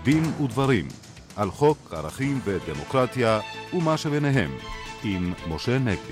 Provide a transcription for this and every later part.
דין ודברים על חוק ערכים ודמוקרטיה ומה שביניהם עם משה נגבי.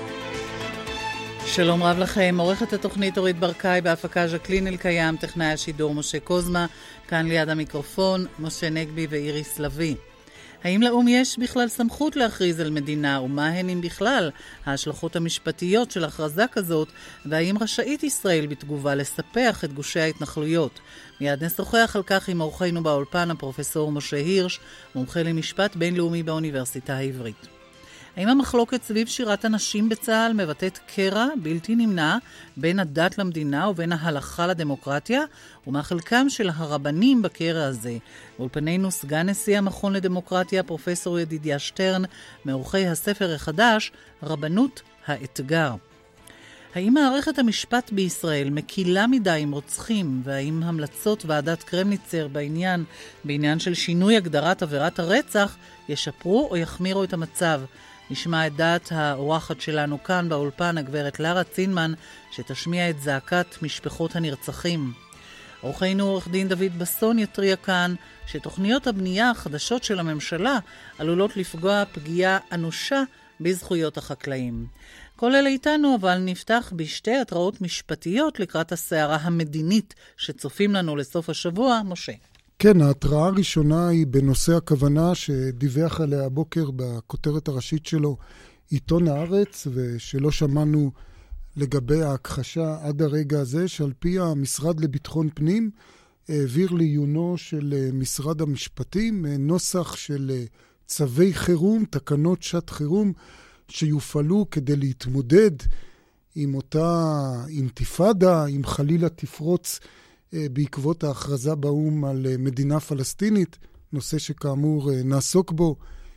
שלום רב לכם, עורכת התוכנית אורית ברקאי, בהפקה ז'קלין אלקיים, טכנאי השידור משה קוזמה, כאן ליד המיקרופון משה נגבי ואיריס לוי. האם לאום יש בכלל סמכות להכריז על מדינה, ומה הן אם בכלל ההשלכות המשפטיות של הכרזה כזאת, והאם רשאית ישראל בתגובה לספח את גושי ההתנחלויות? מיד נשוחח על כך עם אורחנו באולפן, הפרופסור משה הירש, מומחה למשפט בינלאומי באוניברסיטה העברית. האם המחלוקת סביב שירת הנשים בצה"ל מבטאת קרע בלתי נמנע בין הדת למדינה ובין ההלכה לדמוקרטיה? ומה חלקם של הרבנים בקרע הזה? באולפנינו סגן נשיא המכון לדמוקרטיה, פרופסור ידידיה שטרן, מעורכי הספר החדש, רבנות האתגר. האם מערכת המשפט בישראל מקילה מדי עם רוצחים, והאם המלצות ועדת קרמניצר בעניין של שינוי הגדרת עבירת הרצח ישפרו או יחמירו את המצב? נשמע את דעת האורחת שלנו כאן באולפן, הגברת לרה צינמן, שתשמיע את זעקת משפחות הנרצחים. אורחנו עורך דין דוד בסון יטריע כאן שתוכניות הבנייה החדשות של הממשלה עלולות לפגוע פגיעה אנושה בזכויות החקלאים. כל אלה איתנו, אבל נפתח בשתי התראות משפטיות לקראת הסערה המדינית שצופים לנו לסוף השבוע. משה. כן, ההתראה הראשונה היא בנושא הכוונה שדיווח עליה הבוקר בכותרת הראשית שלו עיתון הארץ, ושלא שמענו לגבי ההכחשה עד הרגע הזה, שעל פי המשרד לביטחון פנים העביר לעיונו של משרד המשפטים נוסח של צווי חירום, תקנות שעת חירום, שיופעלו כדי להתמודד עם אותה אינתיפאדה, אם חלילה תפרוץ בעקבות ההכרזה באום על מדינה פלסטינית, נושא שכאמור נעסוק בו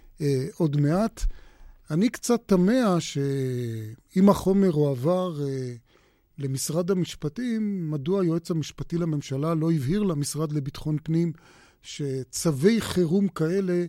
עוד מעט. אני קצת תמה שאם החומר הועבר למשרד המשפטים, מדוע היועץ המשפטי לממשלה לא הבהיר למשרד לביטחון פנים שצווי חירום כאלה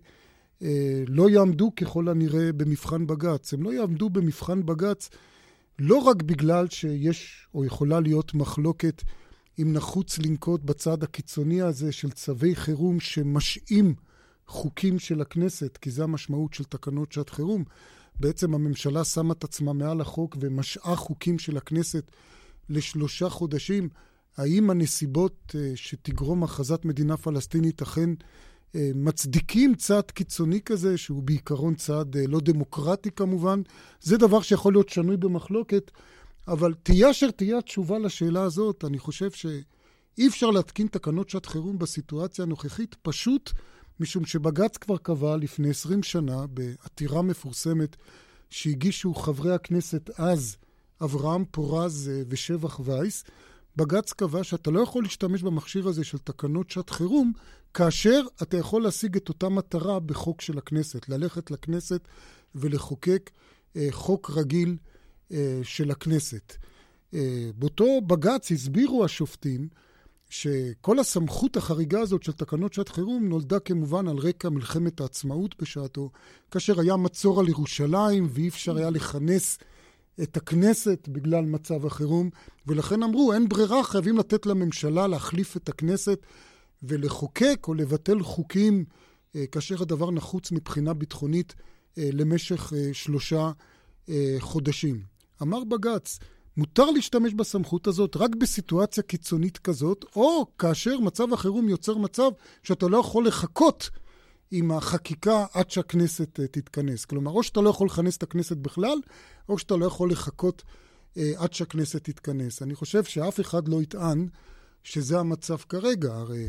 לא יעמדו ככל הנראה במבחן בג"ץ. הם לא יעמדו במבחן בג"ץ לא רק בגלל שיש או יכולה להיות מחלוקת אם נחוץ לנקוט בצד הקיצוני הזה של צווי חירום שמשאים חוקים של הכנסת, כי זה המשמעות של תקנות שעת חירום. בעצם הממשלה שמה את עצמה מעל החוק ומשאה חוקים של הכנסת ל3 חודשים. האם הנסיבות שתגרום הכרזת מדינה פלסטינית אכן מצדיקים צעד קיצוני כזה, שהוא בעיקרון צעד לא דמוקרטי כמובן? זה דבר שיכול להיות שנוי במחלוקת, אבל תהיה התשובה לשאלה הזאת. אני חושב שאי אפשר להתקין תקנות שעת חירום בסיטואציה הנוכחית, פשוט משום שבג"ץ כבר קבע לפני 20 שנה, בעתירה מפורסמת שהגישו חברי הכנסת אז, אברהם פורז ושבח וייס, בג"ץ קבע שאתה לא יכול להשתמש במכשיר הזה של תקנות שעת חירום, כאשר אתה יכול להשיג את אותה מטרה בחוק של הכנסת, ללכת לכנסת ולחוקק חוק רגיל של הכנסת. באותו בג"ץ הסבירו השופטים שכל הסמכות החריגה הזאת של תקנות שעת חירום נולדה כמובן על רקע מלחמת העצמאות בשעתו, כאשר היה מצור על ירושלים ואי אפשר היה לכנס את הכנסת בגלל מצב החירום, ולכן אמרו אין ברירה, חייבים לתת לממשלה להחליף את הכנסת ולחוקק או לבטל חוקים כאשר הדבר נחוץ מבחינה ביטחונית למשך 3 חודשים. אמר בג"ץ, מותר להשתמש בסמכות הזאת רק בסיטואציה קיצונית כזאת, או כאשר מצב החירום יוצר מצב שאתה לא יכול לחכות עם החקיקה עד שהכנסת תתכנס. כלומר, או שאתה לא יכול לכנס את הכנסת בכלל, או שאתה לא יכול לחכות עד שהכנסת תתכנס. אני חושב שאף אחד לא יטען שזה המצב כרגע. הרי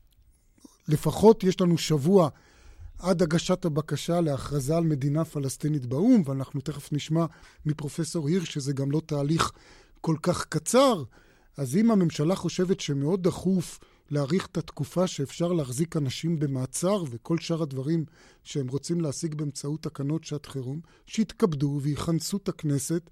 לפחות יש לנו שבוע עד הגשת הבקשה להכרזה על מדינה פלסטינית באום, ואנחנו תכף נשמע מפרופסור הירש שזה גם לא תהליך כל כך קצר. אז אם הממשלה חושבת שמאוד דחוף להאריך את התקופה שאפשר להחזיק אנשים במעצר וכל שאר הדברים שהם רוצים להשיג באמצעות תקנות שעת חירום, שיתכבדו ויכנסו את הכנסת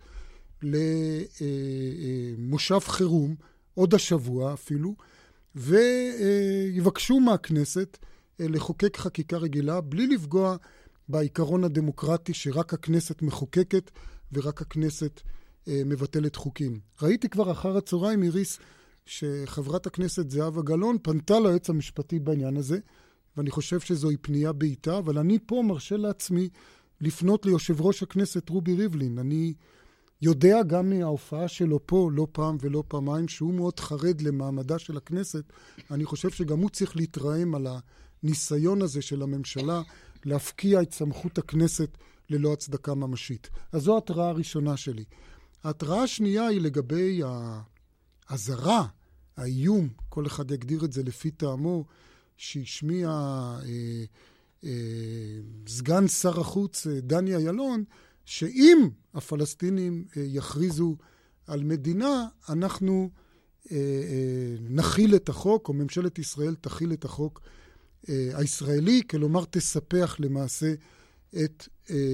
למושב חירום, עוד השבוע אפילו, ויבקשו מהכנסת לחוקק חקיקה רגילה, בלי לפגוע בעיקרון הדמוקרטי שרק הכנסת מחוקקת ורק הכנסת מבטלת חוקים. ראיתי כבר אחר הצהריים, איריס, שחברת הכנסת זהבה גלאון פנתה ליועץ המשפטי בעניין הזה, ואני חושב שזוהי פנייה בעיטה, אבל אני פה מרשה לעצמי לפנות ליושב ראש הכנסת רובי ריבלין. אני יודע גם מההופעה שלו פה, לא פעם ולא פעמיים, שהוא מאוד חרד למעמדה של הכנסת. אני חושב שגם הוא צריך להתרעם על הניסיון הזה של הממשלה להפקיע את סמכות הכנסת ללא הצדקה ממשית. אז זו ההתראה הראשונה שלי. ההתראה השנייה היא לגבי הזרה, האיום, כל אחד יגדיר את זה לפי טעמו, שהשמיע סגן שר החוץ דני אילון, שאם הפלסטינים יכריזו על מדינה, אנחנו נחיל את החוק, או ממשלת ישראל תחיל את החוק הישראלי, כלומר תספח למעשה את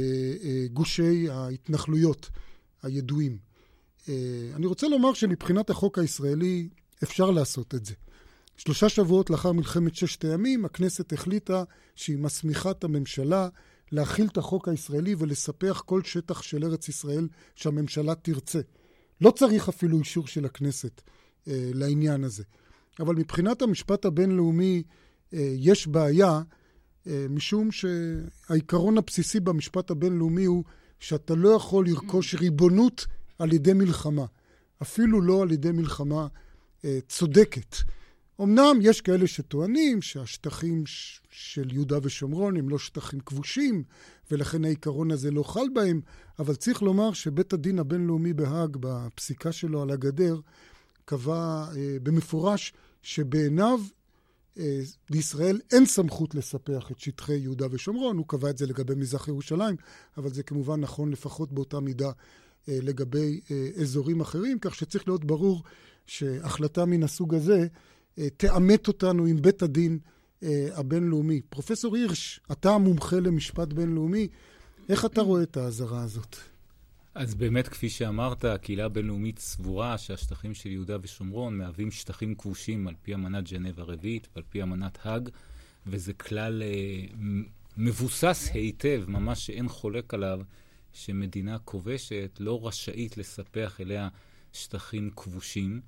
גושי ההתנחלויות הידועים. אני רוצה לומר שמבחינת החוק הישראלי אפשר לעשות את זה. 3 שבועות לאחר מלחמת 6 הימים, הכנסת החליטה שהיא מסמיכה את הממשלה להכיל את החוק הישראלי ולספח כל שטח של ארץ ישראל שהממשלה תרצה. לא צריך אפילו אישור של הכנסת לעניין הזה. אבל מבחינת המשפט הבינלאומי יש בעיה, משום שהעיקרון הבסיסי במשפט הבינלאומי הוא שאתה לא יכול לרכוש ריבונות על ידי מלחמה. אפילו לא על ידי מלחמה צודקת. אמנם יש כאלה שטוענים שהשטחים של יהודה ושומרון הם לא שטחים כבושים, ולכן העיקרון הזה לא חל בהם, אבל צריך לומר שבית הדין הבינלאומי בהאג, בפסיקה שלו על הגדר, קבע במפורש שבעיניו לישראל אין סמכות לספח את שטחי יהודה ושומרון. הוא קבע את זה לגבי מזרח ירושלים, אבל זה כמובן נכון לפחות באותה מידה לגבי אזורים אחרים, כך שצריך להיות ברור שהחלטה מן הסוג הזה תאמת אותנו עם בית הדין הבינלאומי. פרופסור הירש, אתה המומחה למשפט בינלאומי, איך אתה רואה את ההזרה הזאת? אז באמת, כפי שאמרת, הקהילה הבינלאומית סבורה שהשטחים של יהודה ושומרון מהווים שטחים כבושים על פי אמנת ז'נבה הרביעית ועל פי אמנת האג, וזה כלל מבוסס היטב, ממש שאין חולק עליו, שמדינה כובשת לא רשאית לספח אליה שטחים כבושים,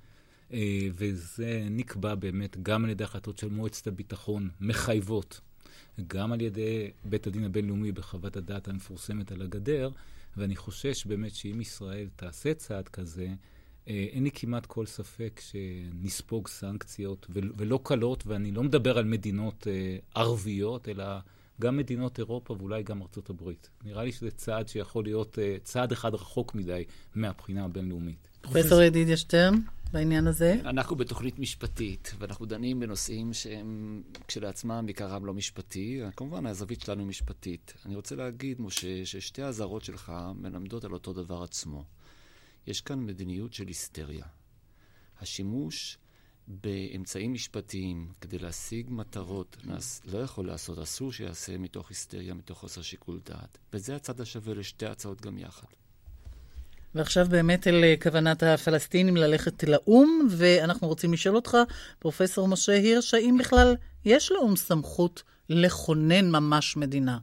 וזה נקבע באמת גם על ידי החלטות של מועצת הביטחון מחייבות, גם על ידי בית הדין הבינלאומי בחוות הדעת המפורסמת על הגדר, ואני חושש באמת שאם ישראל תעשה צעד כזה, אין לי כמעט כל ספק שנספוג סנקציות ולא קלות, ואני לא מדבר על מדינות ערביות, אלא גם מדינות אירופה ואולי גם ארצות הברית. נראה לי שזה צעד שיכול להיות צעד אחד רחוק מדי מהבחינה הבינלאומית. פרופסור ידידיה שטרן, בעניין הזה? אנחנו בתוכנית משפטית, ואנחנו דנים בנושאים שהם כשלעצמם בעיקרם לא משפטי. כמובן, הזווית שלנו היא משפטית. אני רוצה להגיד, משה, ששתי האזהרות שלך מלמדות על אותו דבר עצמו. יש כאן מדיניות של היסטריה. השימוש באמצעים משפטיים כדי להשיג מטרות לא יכול לעשות, אסור שיעשה מתוך היסטריה, מתוך חוסר שיקול דעת. וזה הצד השווה לשתי הצעות גם יחד. ועכשיו באמת אל כוונת הפלסטינים ללכת לאום, ואנחנו רוצים לשאול אותך, פרופסור משה הירש, האם בכלל יש לאום סמכות לכונן ממש מדינה?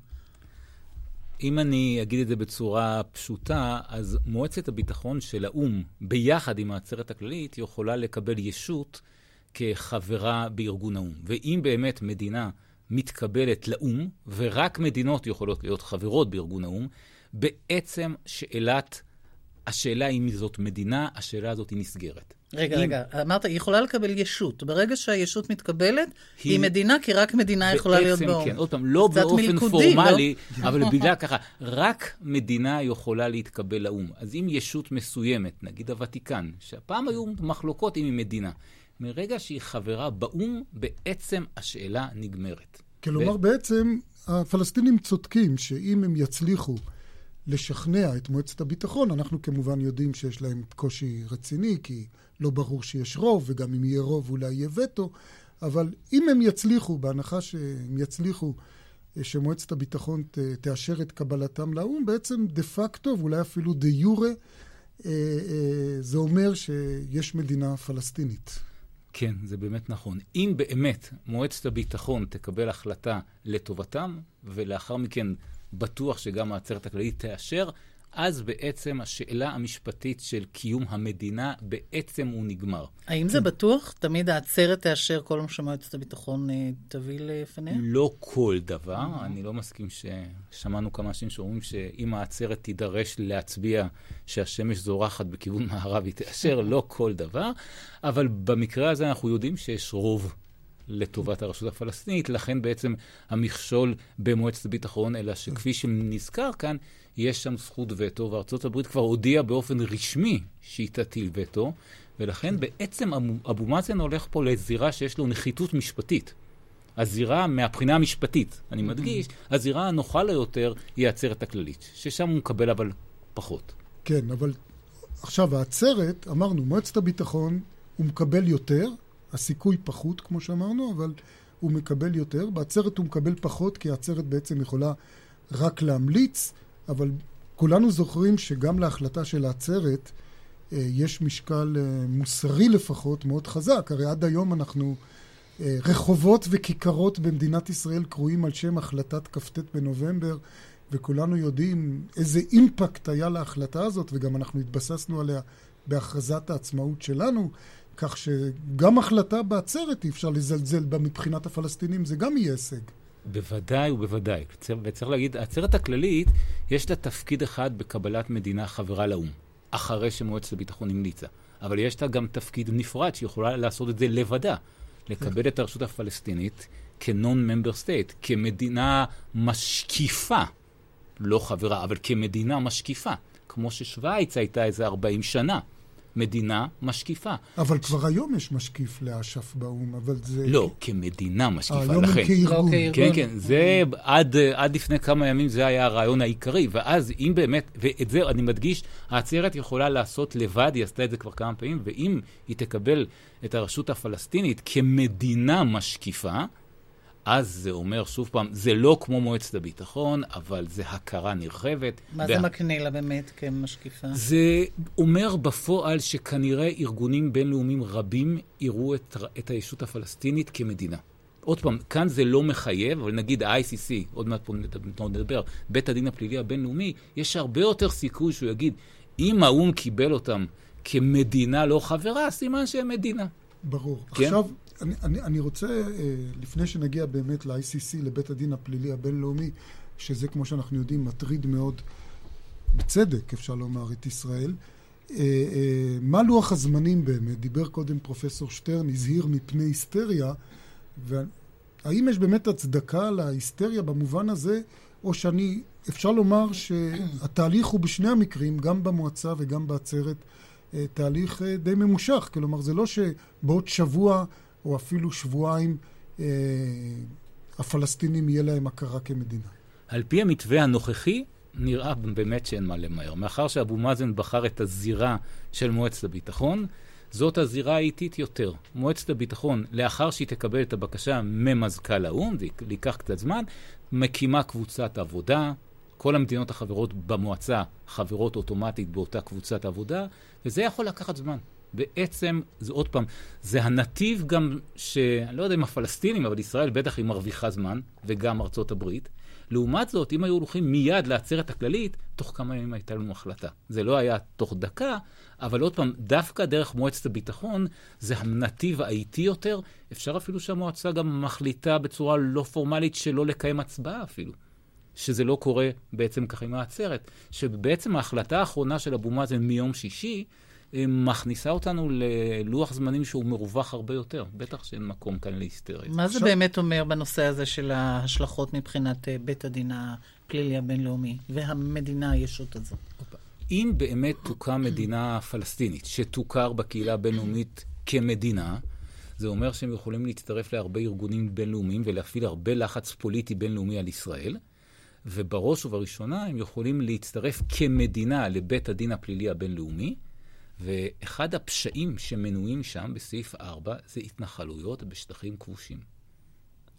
אם אני אגיד את זה בצורה פשוטה, אז מועצת הביטחון של האום, ביחד עם העצרת הכללית, יכולה לקבל ישות כחברה בארגון האום. ואם באמת מדינה מתקבלת לאום, ורק מדינות יכולות להיות חברות בארגון האום, בעצם השאלה אם זאת מדינה, השאלה הזאת היא נסגרת. רגע, אמרת, היא יכולה לקבל ישות. ברגע שהישות מתקבלת, היא מדינה, כי רק מדינה יכולה להיות באום. כן, עוד פעם, לא באופן פורמלי, אבל בגלל ככה, רק מדינה יכולה להתקבל לאום. אז אם ישות מסוימת, נגיד הוותיקן, שהפעם היו מחלוקות אם היא מדינה, מרגע שהיא חברה באום, בעצם השאלה נגמרת. כלומר, בעצם הפלסטינים צודקים שאם הם יצליחו לשכנע את מועצת הביטחון, אנחנו כמובן יודעים שיש להם קושי רציני, כי לא ברור שיש רוב, וגם אם יהיה רוב אולי יהיה וטו, אבל אם הם יצליחו, בהנחה שהם יצליחו שמועצת הביטחון תאשר את קבלתם לאום, בעצם דה פקטו, ואולי אפילו דה יורה, זה אומר שיש מדינה פלסטינית. כן, זה באמת נכון. אם באמת מועצת הביטחון תקבל החלטה לטובתם, ולאחר מכן בטוח שגם העצרת הכללית תאשר, אז בעצם השאלה המשפטית של קיום המדינה בעצם הוא נגמר. האם זה בטוח? תמיד העצרת תאשר כל מה שמועצת הביטחון תביא לפניה? לא כל דבר. אני לא מסכים ששמענו כמה אנשים שאומרים שאם העצרת תידרש להצביע שהשמש זורחת בכיוון מערב, היא תאשר לא כל דבר. אבל במקרה הזה אנחנו יודעים שיש רוב לטובת הרשות הפלסטינית, לכן בעצם המכשול במועצת הביטחון, אלא שכפי שנזכר כאן, יש שם זכות וטו, וארצות הברית כבר הודיעה באופן רשמי שהיא תטיל וטו, ולכן בעצם אבו מאזן הולך פה לזירה שיש לו נחיתות משפטית. הזירה מהבחינה המשפטית, אני מדגיש, הזירה הנוחה לו יותר היא העצרת הכללית, ששם הוא מקבל אבל פחות. כן, אבל עכשיו העצרת, אמרנו, מועצת הביטחון הוא מקבל יותר, הסיכוי פחות, כמו שאמרנו, אבל הוא מקבל יותר. בעצרת הוא מקבל פחות, כי העצרת בעצם יכולה רק להמליץ, אבל כולנו זוכרים שגם להחלטה של העצרת יש משקל מוסרי לפחות מאוד חזק. הרי עד היום אנחנו רחובות וכיכרות במדינת ישראל קרויים על שם החלטת כ"ט בנובמבר, וכולנו יודעים איזה אימפקט היה להחלטה הזאת, וגם אנחנו התבססנו עליה בהכרזת העצמאות שלנו, כך שגם החלטה בעצרת אי אפשר לזלזל בה מבחינת הפלסטינים, זה גם יהיה הישג. בוודאי ובוודאי. וצריך להגיד, העצרת הכללית יש לה תפקיד אחד בקבלת מדינה חברה לאום, אחרי שמועצת הביטחון המליצה. אבל יש לה גם תפקיד נפרד שיכולה לעשות את זה לבדה, לקבל את הרשות הפלסטינית כ-non-member state, כמדינה משקיפה, לא חברה, אבל כמדינה משקיפה, כמו ששוויץ הייתה איזה 40 שנה. מדינה משקיפה. אבל כבר היום יש משקיף לאש"ף באום, אבל זה... לא, כמדינה משקיפה, היום לכן. הם כארגון. כן, כן, זה עד לפני כמה ימים זה היה הרעיון העיקרי, ואז אם באמת, ואת זה אני מדגיש, העצרת יכולה לעשות לבד, היא עשתה את זה כבר כמה פעמים, ואם היא תקבל את הרשות הפלסטינית כמדינה משקיפה, אז זה אומר שוב פעם, זה לא כמו מועצת הביטחון, אבל זה הכרה נרחבת. מה זה מקנה לה באמת כמשקיפה? זה אומר בפועל שכנראה ארגונים בינלאומיים רבים יראו את הישות הפלסטינית כמדינה. עוד פעם, כאן זה לא מחייב, אבל נגיד ה-ICC, עוד מעט פה נדבר, בית הדין הפלילי הבינלאומי, יש הרבה יותר סיכוי שהוא יגיד, אם האום קיבל אותם כמדינה לא חברה, סימן שהם מדינה. ברור. כן? עכשיו, אני רוצה, לפני שנגיע באמת ל-ICC, לבית הדין הפלילי הבינלאומי, שזה כמו שאנחנו יודעים מטריד מאוד, בצדק אפשר לומר, את ישראל, מה לוח הזמנים באמת? דיבר קודם פרופסור שטרן, הזהיר מפני היסטריה, והאם יש באמת הצדקה להיסטריה במובן הזה, או אפשר לומר שהתהליך הוא בשני המקרים, גם במועצה וגם בעצרת, תהליך די ממושך, כלומר זה לא שבעוד שבוע או אפילו שבועיים הפלסטינים יהיה להם הכרה כמדינה. על פי המתווה הנוכחי נראה באמת שאין מה למהר. מאחר שאבו מאזן בחר את הזירה של מועצת הביטחון, זאת הזירה האיטית יותר. מועצת הביטחון, לאחר שהיא תקבל את הבקשה ממזכ"ל האו"ם, זה ייקח קצת זמן, מקימה קבוצת עבודה, כל המדינות החברות במועצה חברות אוטומטית באותה קבוצת עבודה, וזה יכול לקחת זמן. בעצם, זה עוד פעם, זה הנתיב גם אני לא יודע אם הפלסטינים, אבל ישראל בטח היא מרוויחה זמן, וגם ארצות הברית. לעומת זאת, אם היו הולכים מיד לעצרת הכללית, תוך כמה ימים הייתה לנו החלטה. זה לא היה תוך דקה, אבל עוד פעם, דווקא דרך מועצת הביטחון, זה הנתיב האיטי יותר. אפשר אפילו שהמועצה גם מחליטה בצורה לא פורמלית שלא לקיים הצבעה אפילו. שזה לא קורה בעצם ככה עם העצרת, שבעצם ההחלטה האחרונה של אבו מאזן מיום שישי, מכניסה אותנו ללוח זמנים שהוא מרווח הרבה יותר. בטח שאין מקום כאן להיסטריה. מה זה באמת אומר בנושא הזה של ההשלכות מבחינת בית הדין הפלילי הבינלאומי והמדינה הישות הזאת? אם באמת תוקם מדינה פלסטינית שתוכר בקהילה הבינלאומית כמדינה, זה אומר שהם יכולים להצטרף להרבה ארגונים בינלאומיים ולהפעיל הרבה לחץ פוליטי בינלאומי על ישראל, ובראש ובראשונה הם יכולים להצטרף כמדינה לבית הדין הפלילי הבינלאומי, ואחד הפשעים שמנויים שם בסעיף 4 זה התנחלויות בשטחים כבושים.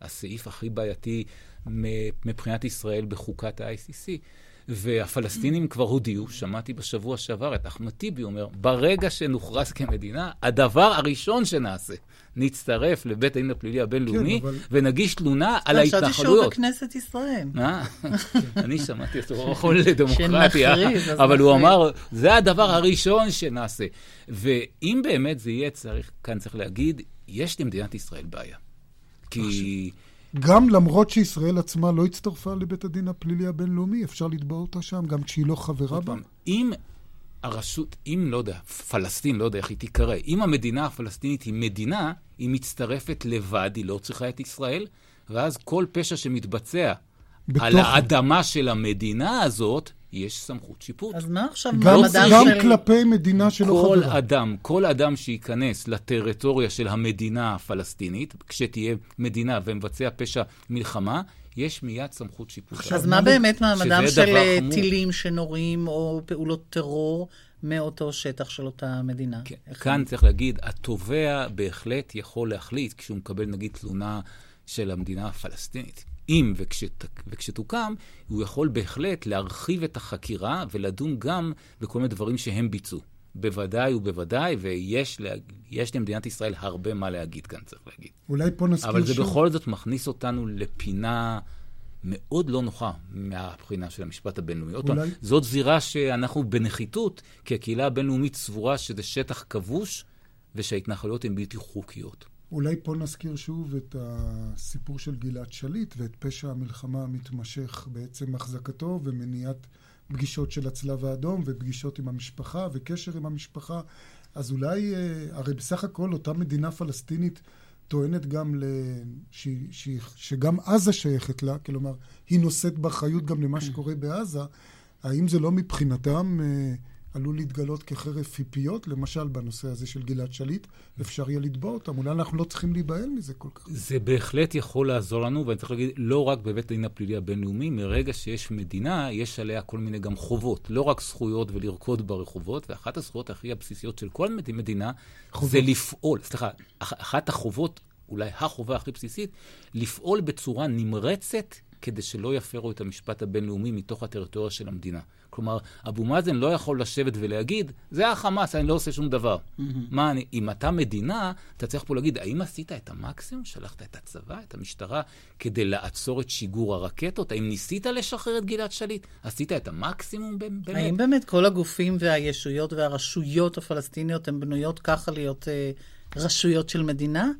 הסעיף הכי בעייתי מבחינת ישראל בחוקת ה-ICC. והפלסטינים כבר הודיעו, שמעתי בשבוע שעבר את אחמד טיבי אומר, ברגע שנוכרז כמדינה, הדבר הראשון שנעשה, נצטרף לבית הדין הפלילי הבינלאומי, ונגיש תלונה על ההתנחלויות. חשבתי שהוא בכנסת ישראל. אני שמעתי את הוא לדמוקרטיה, אבל הוא אמר, זה הדבר הראשון שנעשה. ואם באמת זה יהיה, כאן צריך להגיד, יש למדינת ישראל בעיה. כי... גם למרות שישראל עצמה לא הצטרפה לבית הדין הפלילי הבינלאומי, אפשר לתבוע אותה שם, גם כשהיא לא חברה בה. אם הרשות, אם לא יודע, פלסטין, לא יודע איך היא תיקרא, אם המדינה הפלסטינית היא מדינה, היא מצטרפת לבד, היא לא צריכה את ישראל, ואז כל פשע שמתבצע על האדמה של המדינה הזאת, יש סמכות שיפוט. אז מה עכשיו גם כלפי מדינה שלא חברה? כל אדם שייכנס לטריטוריה של המדינה הפלסטינית, כשתהיה מדינה ומבצע פשע מלחמה, יש מיד סמכות שיפוט. אז מה באמת מעמדם של טילים שנורים או פעולות טרור מאותו שטח של אותה מדינה? כאן צריך להגיד, התובע בהחלט יכול להחליט, כשהוא מקבל נגיד תלונה של המדינה הפלסטינית, אם וכשתוקם, הוא יכול בהחלט להרחיב את החקירה ולדון גם בכל מיני דברים שהם ביצעו. בוודאי ובוודאי, ויש למדינת ישראל הרבה מה להגיד כאן, צריך להגיד. אולי פה נזכיר אבל זה בכל זאת מכניס אותנו לפינה מאוד לא נוחה מהבחינה של המשפט הבינלאומי. זאת זירה שאנחנו בנחיתות, כי הקהילה הבינלאומית סבורה שזה שטח כבוש, ושההתנחלויות הן בלתי חוקיות. אולי פה נזכיר שוב את הסיפור של גלעד שליט ואת פשע המלחמה המתמשך בעצם החזקתו ומניעת פגישות של הצלב האדום ופגישות עם המשפחה וקשר עם המשפחה. אז אולי, הרי בסך הכל אותה מדינה פלסטינית טוענת גם שגם עזה שייכת לה, כלומר היא נושאת באחריות גם למה שקורה בעזה. האם זה לא מבחינתם עלול להתגלות כחרב פיפיות, למשל בנושא הזה של גלעד שליט, אפשר יהיה לתבוע אותם. אולי אנחנו לא צריכים להיבהל מזה כל כך. זה בהחלט יכול לעזור לנו, ואני צריך להגיד, לא רק בבית הדין הפלילי הבינלאומי, מרגע שיש מדינה, יש עליה כל מיני גם חובות, לא רק זכויות ולרקוד ברחובות, ואחת הזכויות הכי הבסיסיות של כל מדינה, זה לפעול, אחת החובות, אולי החובה הכי בסיסית, לפעול בצורה נמרצת, כדי שלא יפרו את המשפט הבינלאומי מתוך הטריטוריה של המדינה. כלומר, אבו מאזן לא יכול לשבת ולהגיד, זה החמאס, אני לא עושה שום דבר. אם אתה מדינה, אתה צריך פה להגיד, האם עשית את המקסימום? שלחת את הצבא, את המשטרה, כדי לעצור את שיגור הרקטות? האם ניסית לשחרר את גלעד שליט? עשית את המקסימום באמת? האם באמת כל הגופים והישויות והרשויות הפלסטיניות הן בנויות ככה להיות רשויות של מדינה?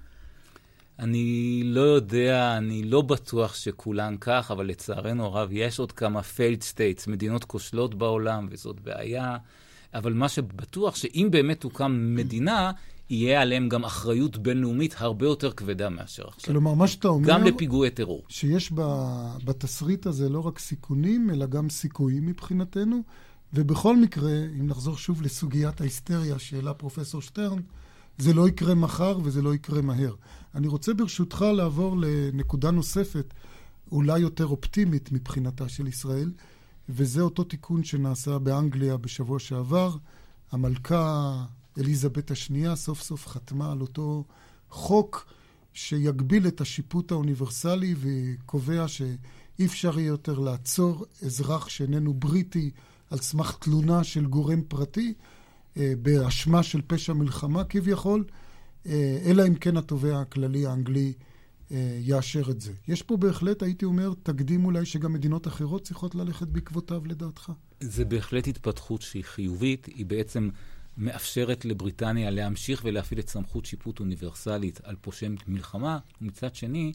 אני לא יודע, אני לא בטוח שכולן כך, אבל לצערנו הרב יש עוד כמה failed states, mדינות כושלות בעולם, וזאת בעיה. אבל מה שבטוח שאם באמת תוקם מדינה, יהיה עליהם גם אחריות בינלאומית הרבה יותר כבדה מאשר עכשיו. כלומר, מה שאתה אומר... גם לפיגועי טרור. שיש בתסריט הזה לא רק סיכונים, אלא גם סיכויים מבחינתנו. ובכל מקרה, אם נחזור שוב לסוגיית ההיסטריה שאלה פרופסור שטרן, זה לא יקרה מחר וזה לא יקרה מהר. אני רוצה ברשותך לעבור לנקודה נוספת, אולי יותר אופטימית מבחינתה של ישראל, וזה אותו תיקון שנעשה באנגליה בשבוע שעבר. המלכה אליזבת השנייה סוף סוף חתמה על אותו חוק שיגביל את השיפוט האוניברסלי וקובע שאי אפשר יהיה יותר לעצור אזרח שאיננו בריטי על סמך תלונה של גורם פרטי, באשמה של פשע מלחמה כביכול, אלא אם כן התובע הכללי האנגלי יאשר את זה. יש פה בהחלט, הייתי אומר, תקדים אולי שגם מדינות אחרות צריכות ללכת בעקבותיו לדעתך. זה בהחלט התפתחות שהיא חיובית, היא בעצם מאפשרת לבריטניה להמשיך ולהפעיל את סמכות שיפוט אוניברסלית על פושעי מלחמה, ומצד שני,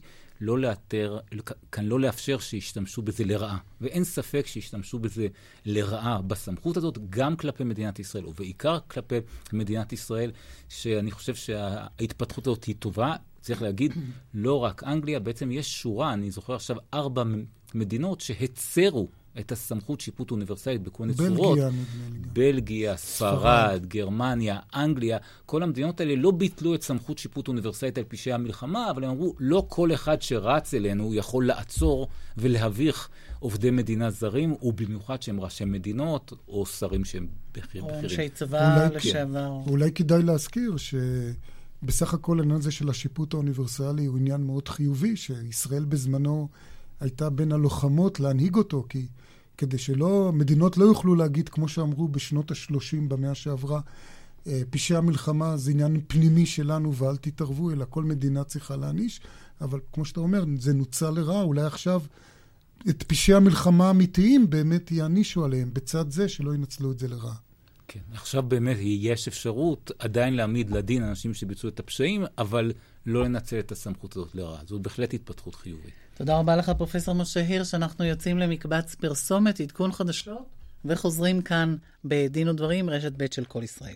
לא לאפשר שישתמשו בזה לרעה. ואין ספק שישתמשו בזה לרעה בסמכות הזאת, גם כלפי מדינת ישראל, ובעיקר כלפי מדינת ישראל, שאני חושב שההתפתחות הזאת היא טובה. צריך להגיד, לא רק אנגליה, בעצם יש שורה, אני זוכר עכשיו 4 מדינות שהצרו את הסמכות שיפוט אוניברסלית בכל מיני צורות. בלגיה, ספרד, גרמניה, אנגליה, כל המדינות האלה לא ביטלו את סמכות שיפוט אוניברסלית על פשעי המלחמה, אבל הם אמרו, לא כל אחד שרץ אלינו יכול לעצור ולהביך עובדי מדינה זרים, ובמיוחד שהם ראשי מדינות, או שרים שהם בכירים. או אנשי צבא לשעבר. אולי כדאי להזכיר בסך הכל העניין הזה של השיפוט האוניברסלי הוא עניין מאוד חיובי, שישראל בזמנו הייתה בין הלוחמות להנהיג אותו, כדי שלא, מדינות לא יוכלו להגיד, כמו שאמרו בשנות ה-30 במאה שעברה, פשעי המלחמה זה עניין פנימי שלנו ואל תתערבו, אלא כל מדינה צריכה להעניש, אבל כמו שאתה אומר, זה נוצל לרעה, אולי עכשיו את פשעי המלחמה האמיתיים באמת יענישו עליהם, בצד זה שלא ינצלו את זה לרעה. כן, עכשיו באמת יש אפשרות עדיין להעמיד לדין אנשים שביצעו את הפשעים, אבל לא לנצל את הסמכות הזאת לרעה. זאת בהחלט התפתחות חיובית. תודה רבה לך, פרופסור משה הירש. אנחנו יוצאים למקבץ פרסומת, עדכון חדשות, וחוזרים כאן בדין ודברים, רשת ב' של כל ישראל.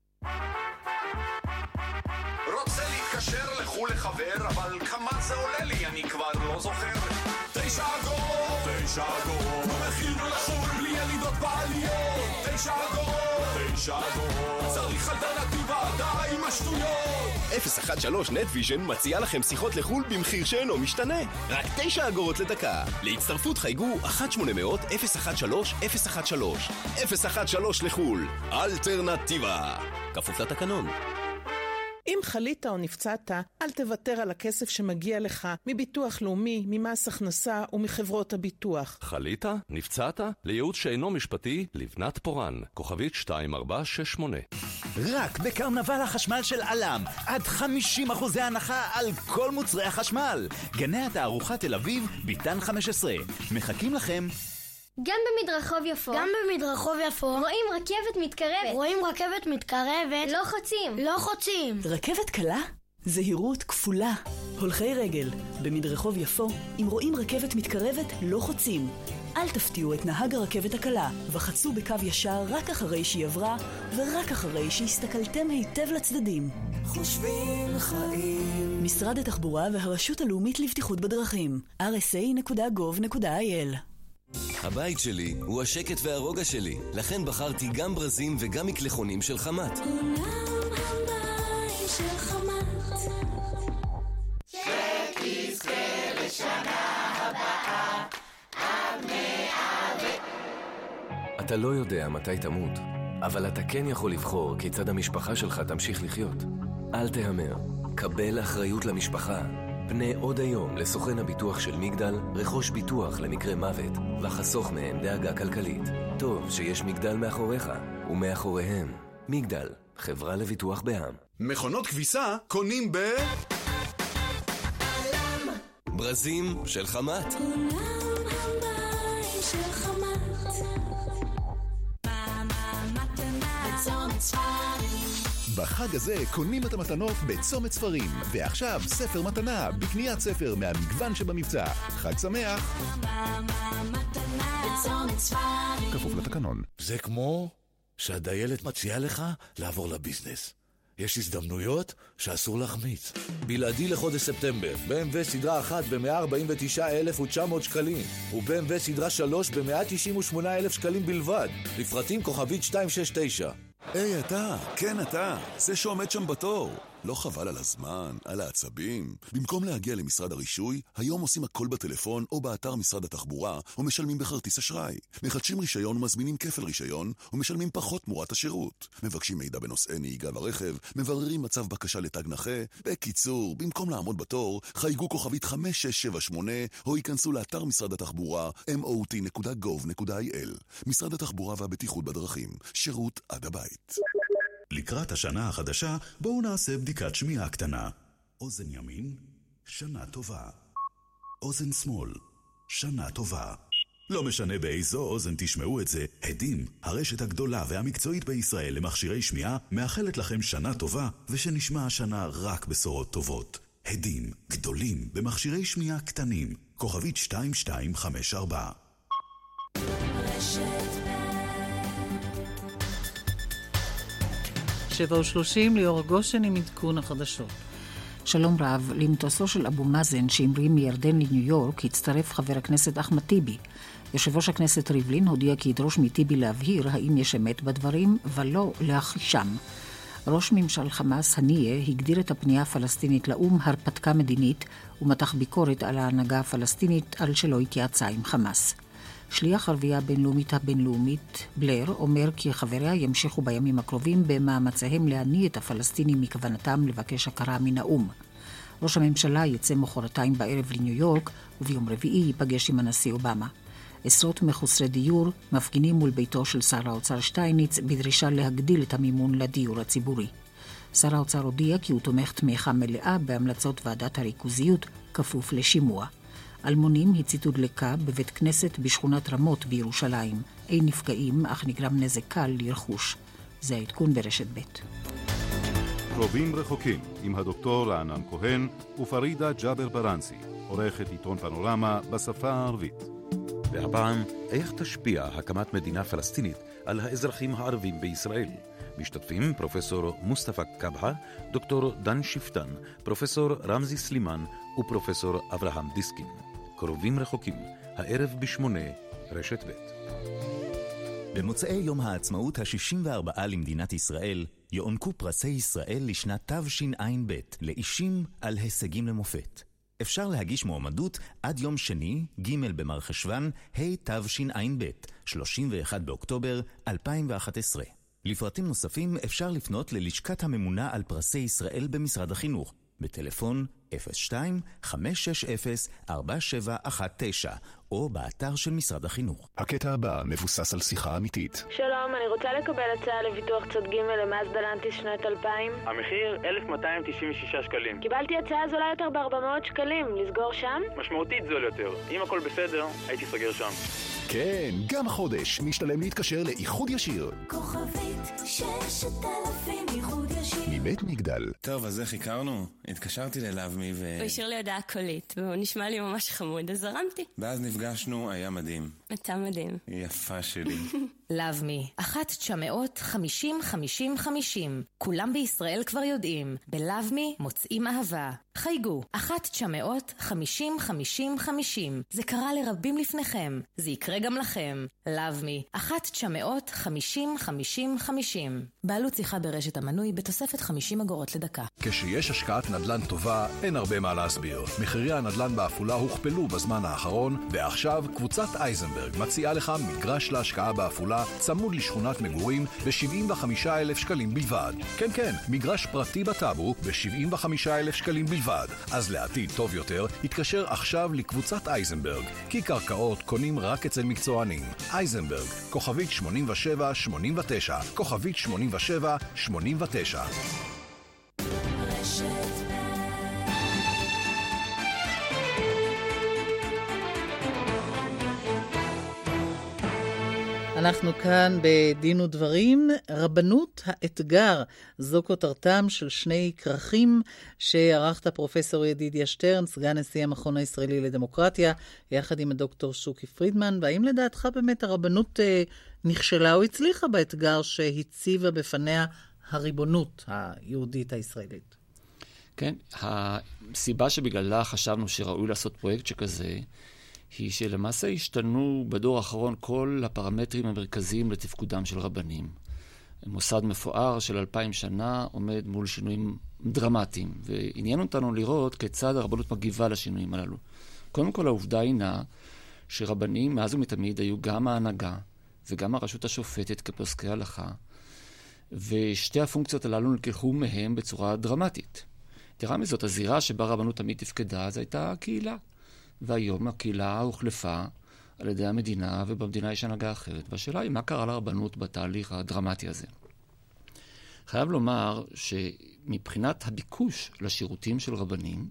רוצה להתקשר לחול לחבר, אבל כמה זה עולה לי, אני כבר לא זוכר. 9 אגורות, מחיר לחול בלי ילידות בעליות. 9 אגורות, צריך אלטרנטיבה, די עם השטויות. 013 נטוויז'ן מציעה לכם שיחות לחול במחיר שאינו משתנה. רק 9 אגורות לדקה. להצטרפות חייגו 1-800-013-013. 013 לחול. אלטרנטיבה. כפוף לתקנון. אם חלית או נפצעת, אל תוותר על הכסף שמגיע לך מביטוח לאומי, ממס הכנסה ומחברות הביטוח. חלית? נפצעת? לייעוץ שאינו משפטי, לבנת פורן, כוכבית 2468. רק בקרנבל החשמל של אלם, עד 50% הנחה על כל מוצרי החשמל. גני התערוכה תל אביב, ביתן 15. מחכים לכם. גם במדרחוב יפו רואים רכבת מתקרבת. לא חוצים. רכבת קלה? זהירות כפולה. הולכי רגל, במדרחוב יפו, אם רואים רכבת מתקרבת, לא חוצים. אל תפתיעו את נהג הרכבת הקלה, וחצו בקו ישר רק אחרי שהיא עברה, ורק אחרי שהסתכלתם היטב לצדדים. חושבים חיים. משרד התחבורה והרשות הלאומית לבטיחות בדרכים. rsa.gov.il. הבית שלי הוא השקט והרוגע שלי, לכן בחרתי גם ברזים וגם מקלחונים של חמת. עולם המים של חמת. שתזכה לשנה הבאה עד 100. אתה לא יודע מתי תמות, אבל אתה כן יכול לבחור כיצד המשפחה שלך תמשיך לחיות. אל תהמר, קבל אחריות למשפחה. פנה עוד היום לסוכן הביטוח של מגדל, רכוש ביטוח למקרה מוות, וחסוך מהם דאגה כלכלית. טוב שיש מגדל מאחוריך, ומאחוריהם. מגדל, חברה לביטוח בע"מ. מכונות כביסה קונים ברזים של חמת. עולם המים של חמת. בצומת ספרים. בחג הזה קונים את המתנות בצומת ספרים, ועכשיו ספר מתנה בקניית ספר מהמגוון שבמבצע. חג שמח. בצומת ספרים. כפוף לתקנון. זה כמו שהדיילת מציעה לך לעבור לביזנס. יש הזדמנויות שאסור להחמיץ. בלעדי לחודש ספטמבר, BMW סדרה 1 ב-149,900 שקלים, ו-BMW סדרה 3 ב-198,000 שקלים בלבד. לפרטים כוכבית 269. היי אתה, כן אתה, זה שעומד שם בתור. לא חבל על הזמן, על העצבים? במקום להגיע למשרד הרישוי, היום עושים הכל בטלפון או באתר משרד התחבורה, או משלמים בכרטיס אשראי. מחדשים רישיון ומזמינים כפל רישיון, ומשלמים פחות תמורת השירות. מבקשים מידע בנושאי נהיגה ברכב, מבררים מצב בקשה לתג נכה. בקיצור, במקום לעמוד בתור, חייגו כוכבית 5678, או ייכנסו לאתר משרד התחבורה, mot.gov.il. משרד התחבורה והבטיחות בדרכים. שירות עד הבית. לקראת השנה החדשה, בואו נעשה בדיקת שמיעה קטנה. אוזן ימין, שנה טובה. אוזן שמאל, שנה טובה. לא משנה באיזו אוזן תשמעו את זה, הדים, הרשת הגדולה והמקצועית בישראל למכשירי שמיעה, מאחלת לכם שנה טובה, ושנשמע השנה רק בשורות טובות. הדים, גדולים, במכשירי שמיעה קטנים. כוכבית 2254. רשת 7:30 ליאור גושן עם עדכון החדשות. שלום רב, למטוסו של אבו מאזן שהמריא מירדן לניו יורק הצטרף חבר הכנסת אחמד טיבי. יושב ראש הכנסת ריבלין הודיע כי ידרוש מטיבי להבהיר האם יש אמת בדברים ולא להכחישם. ראש ממשל חמאס הנייה הגדיר את הפנייה הפלסטינית לאום הרפתקה מדינית ומתח ביקורת על ההנהגה הפלסטינית על שלא התייעצה עם חמאס. שליח ערבייה הבינלאומית בלר אומר כי חבריה ימשיכו בימים הקרובים במאמציהם להניא את הפלסטינים מכוונתם לבקש הכרה מן האו"ם. ראש הממשלה יצא מחרתיים בערב לניו יורק, וביום רביעי ייפגש עם הנשיא אובמה. עשרות מחוסרי דיור מפגינים מול ביתו של שר האוצר שטייניץ בדרישה להגדיל את המימון לדיור הציבורי. שר האוצר הודיע כי הוא תומך תמיכה מלאה בהמלצות ועדת הריכוזיות כפוף לשימוע. אלמונים הציתו דלקה בבית כנסת בשכונת רמות בירושלים. אין נפגעים, אך נגרם נזק קל לרכוש. זה העדכון ברשת ב'. קרובים רחוקים עם הדוקטור רענן כהן ופרידה ג'אבר ברנסי, עורכת עיתון פנורמה בשפה הערבית. והפעם, איך תשפיע הקמת מדינה פלסטינית על האזרחים הערבים בישראל? משתתפים פרופסור מוסטפא קבחה, דוקטור דן שפטן, פרופסור רמזי סלימן ופרופסור אברהם דיסקין. קרובים רחוקים, הערב ב8, רשת ב'. במוצאי יום העצמאות ה-64 למדינת ישראל, יוענקו פרסי ישראל לשנת תשע"ב לאישים על הישגים למופת. אפשר להגיש מועמדות עד יום שני, ג' במרחשוון, התשע"ב, 31 באוקטובר 2011. לפרטים נוספים אפשר לפנות ללשכת הממונה על פרסי ישראל במשרד החינוך, בטלפון 02-560-4719, או באתר של משרד החינוך. הקטע הבא מבוסס על שיחה אמיתית. שלום, אני רוצה לקבל הצעה לביטוח צד ג' למאזדה לנטיס שנת 2000. המחיר 1,296 שקלים. קיבלתי הצעה זולה יותר ב-400 שקלים, לסגור שם? משמעותית זול יותר. אם הכל בסדר, הייתי סגר שם. כן, גם החודש משתלם להתקשר לאיחוד ישיר. כוכבית 6000 איחוד ישיר. מבית מגדל. טוב, אז איך הכרנו? התקשרתי ללאבמי הוא השאיר לי הודעה קולית, והוא נשמע לי ממש חמוד, אז זרמתי. ואז נפגשנו, היה מדהים. אתה מדהים. יפה שלי. לאבמי, 1-900-50-50-50. כולם בישראל כבר יודעים. בלאבמי מוצאים אהבה. חייגו, 1-900-50-50-50. זה קרה לרבים לפניכם. זה יקרה גם לכם. לאבמי, 1-900-50-50-50. בעלות שיחה ברשת המנוי בתוספת 50 אגורות לדקה. כשיש השקעת נדל"ן טובה, אין הרבה מה להסביר. מחירי הנדל"ן בעפולה הוכפלו בזמן האחרון, ועכשיו קבוצת אייזנברג מציעה לך מגרש להשקעה בעפולה צמוד לשכונת מגורים ב-75,000 שקלים בלבד. כן, כן, מגרש פרטי בטאבו ב-75,000 שקלים בלבד. אז לעתיד טוב יותר, התקשר עכשיו לקבוצת אייזנברג, כי קרקעות קונים רק אצל מקצוענים. אייזנברג, כוכבית 8789, כוכבית 8789. אנחנו כאן בדין ודברים. רבנות האתגר, זו כותרתם של שני כרכים שערכת פרופסור ידידיה שטרן, סגן נשיא המכון הישראלי לדמוקרטיה, יחד עם הדוקטור שוקי פרידמן. והאם לדעתך באמת הרבנות נכשלה או הצליחה באתגר שהציבה בפניה הריבונות היהודית הישראלית? כן, הסיבה שבגללה חשבנו שראוי לעשות פרויקט שכזה, היא שלמעשה השתנו בדור האחרון כל הפרמטרים המרכזיים לתפקודם של רבנים. מוסד מפואר של 2000 שנה עומד מול שינויים דרמטיים, ועניין אותנו לראות כיצד הרבנות מגיבה לשינויים הללו. קודם כל, העובדה הינה שרבנים מאז ומתמיד היו גם ההנהגה וגם הרשות השופטת כפוסקי הלכה, ושתי הפונקציות הללו נלקחו מהם בצורה דרמטית. תראה מזאת, הזירה שבה רבנות תמיד תפקדה, אז הייתה הקהילה. והיום הקהילה הוחלפה על ידי המדינה, ובמדינה יש הנהגה אחרת. והשאלה היא, מה קרה לרבנות בתהליך הדרמטי הזה? חייב לומר שמבחינת הביקוש לשירותים של רבנים,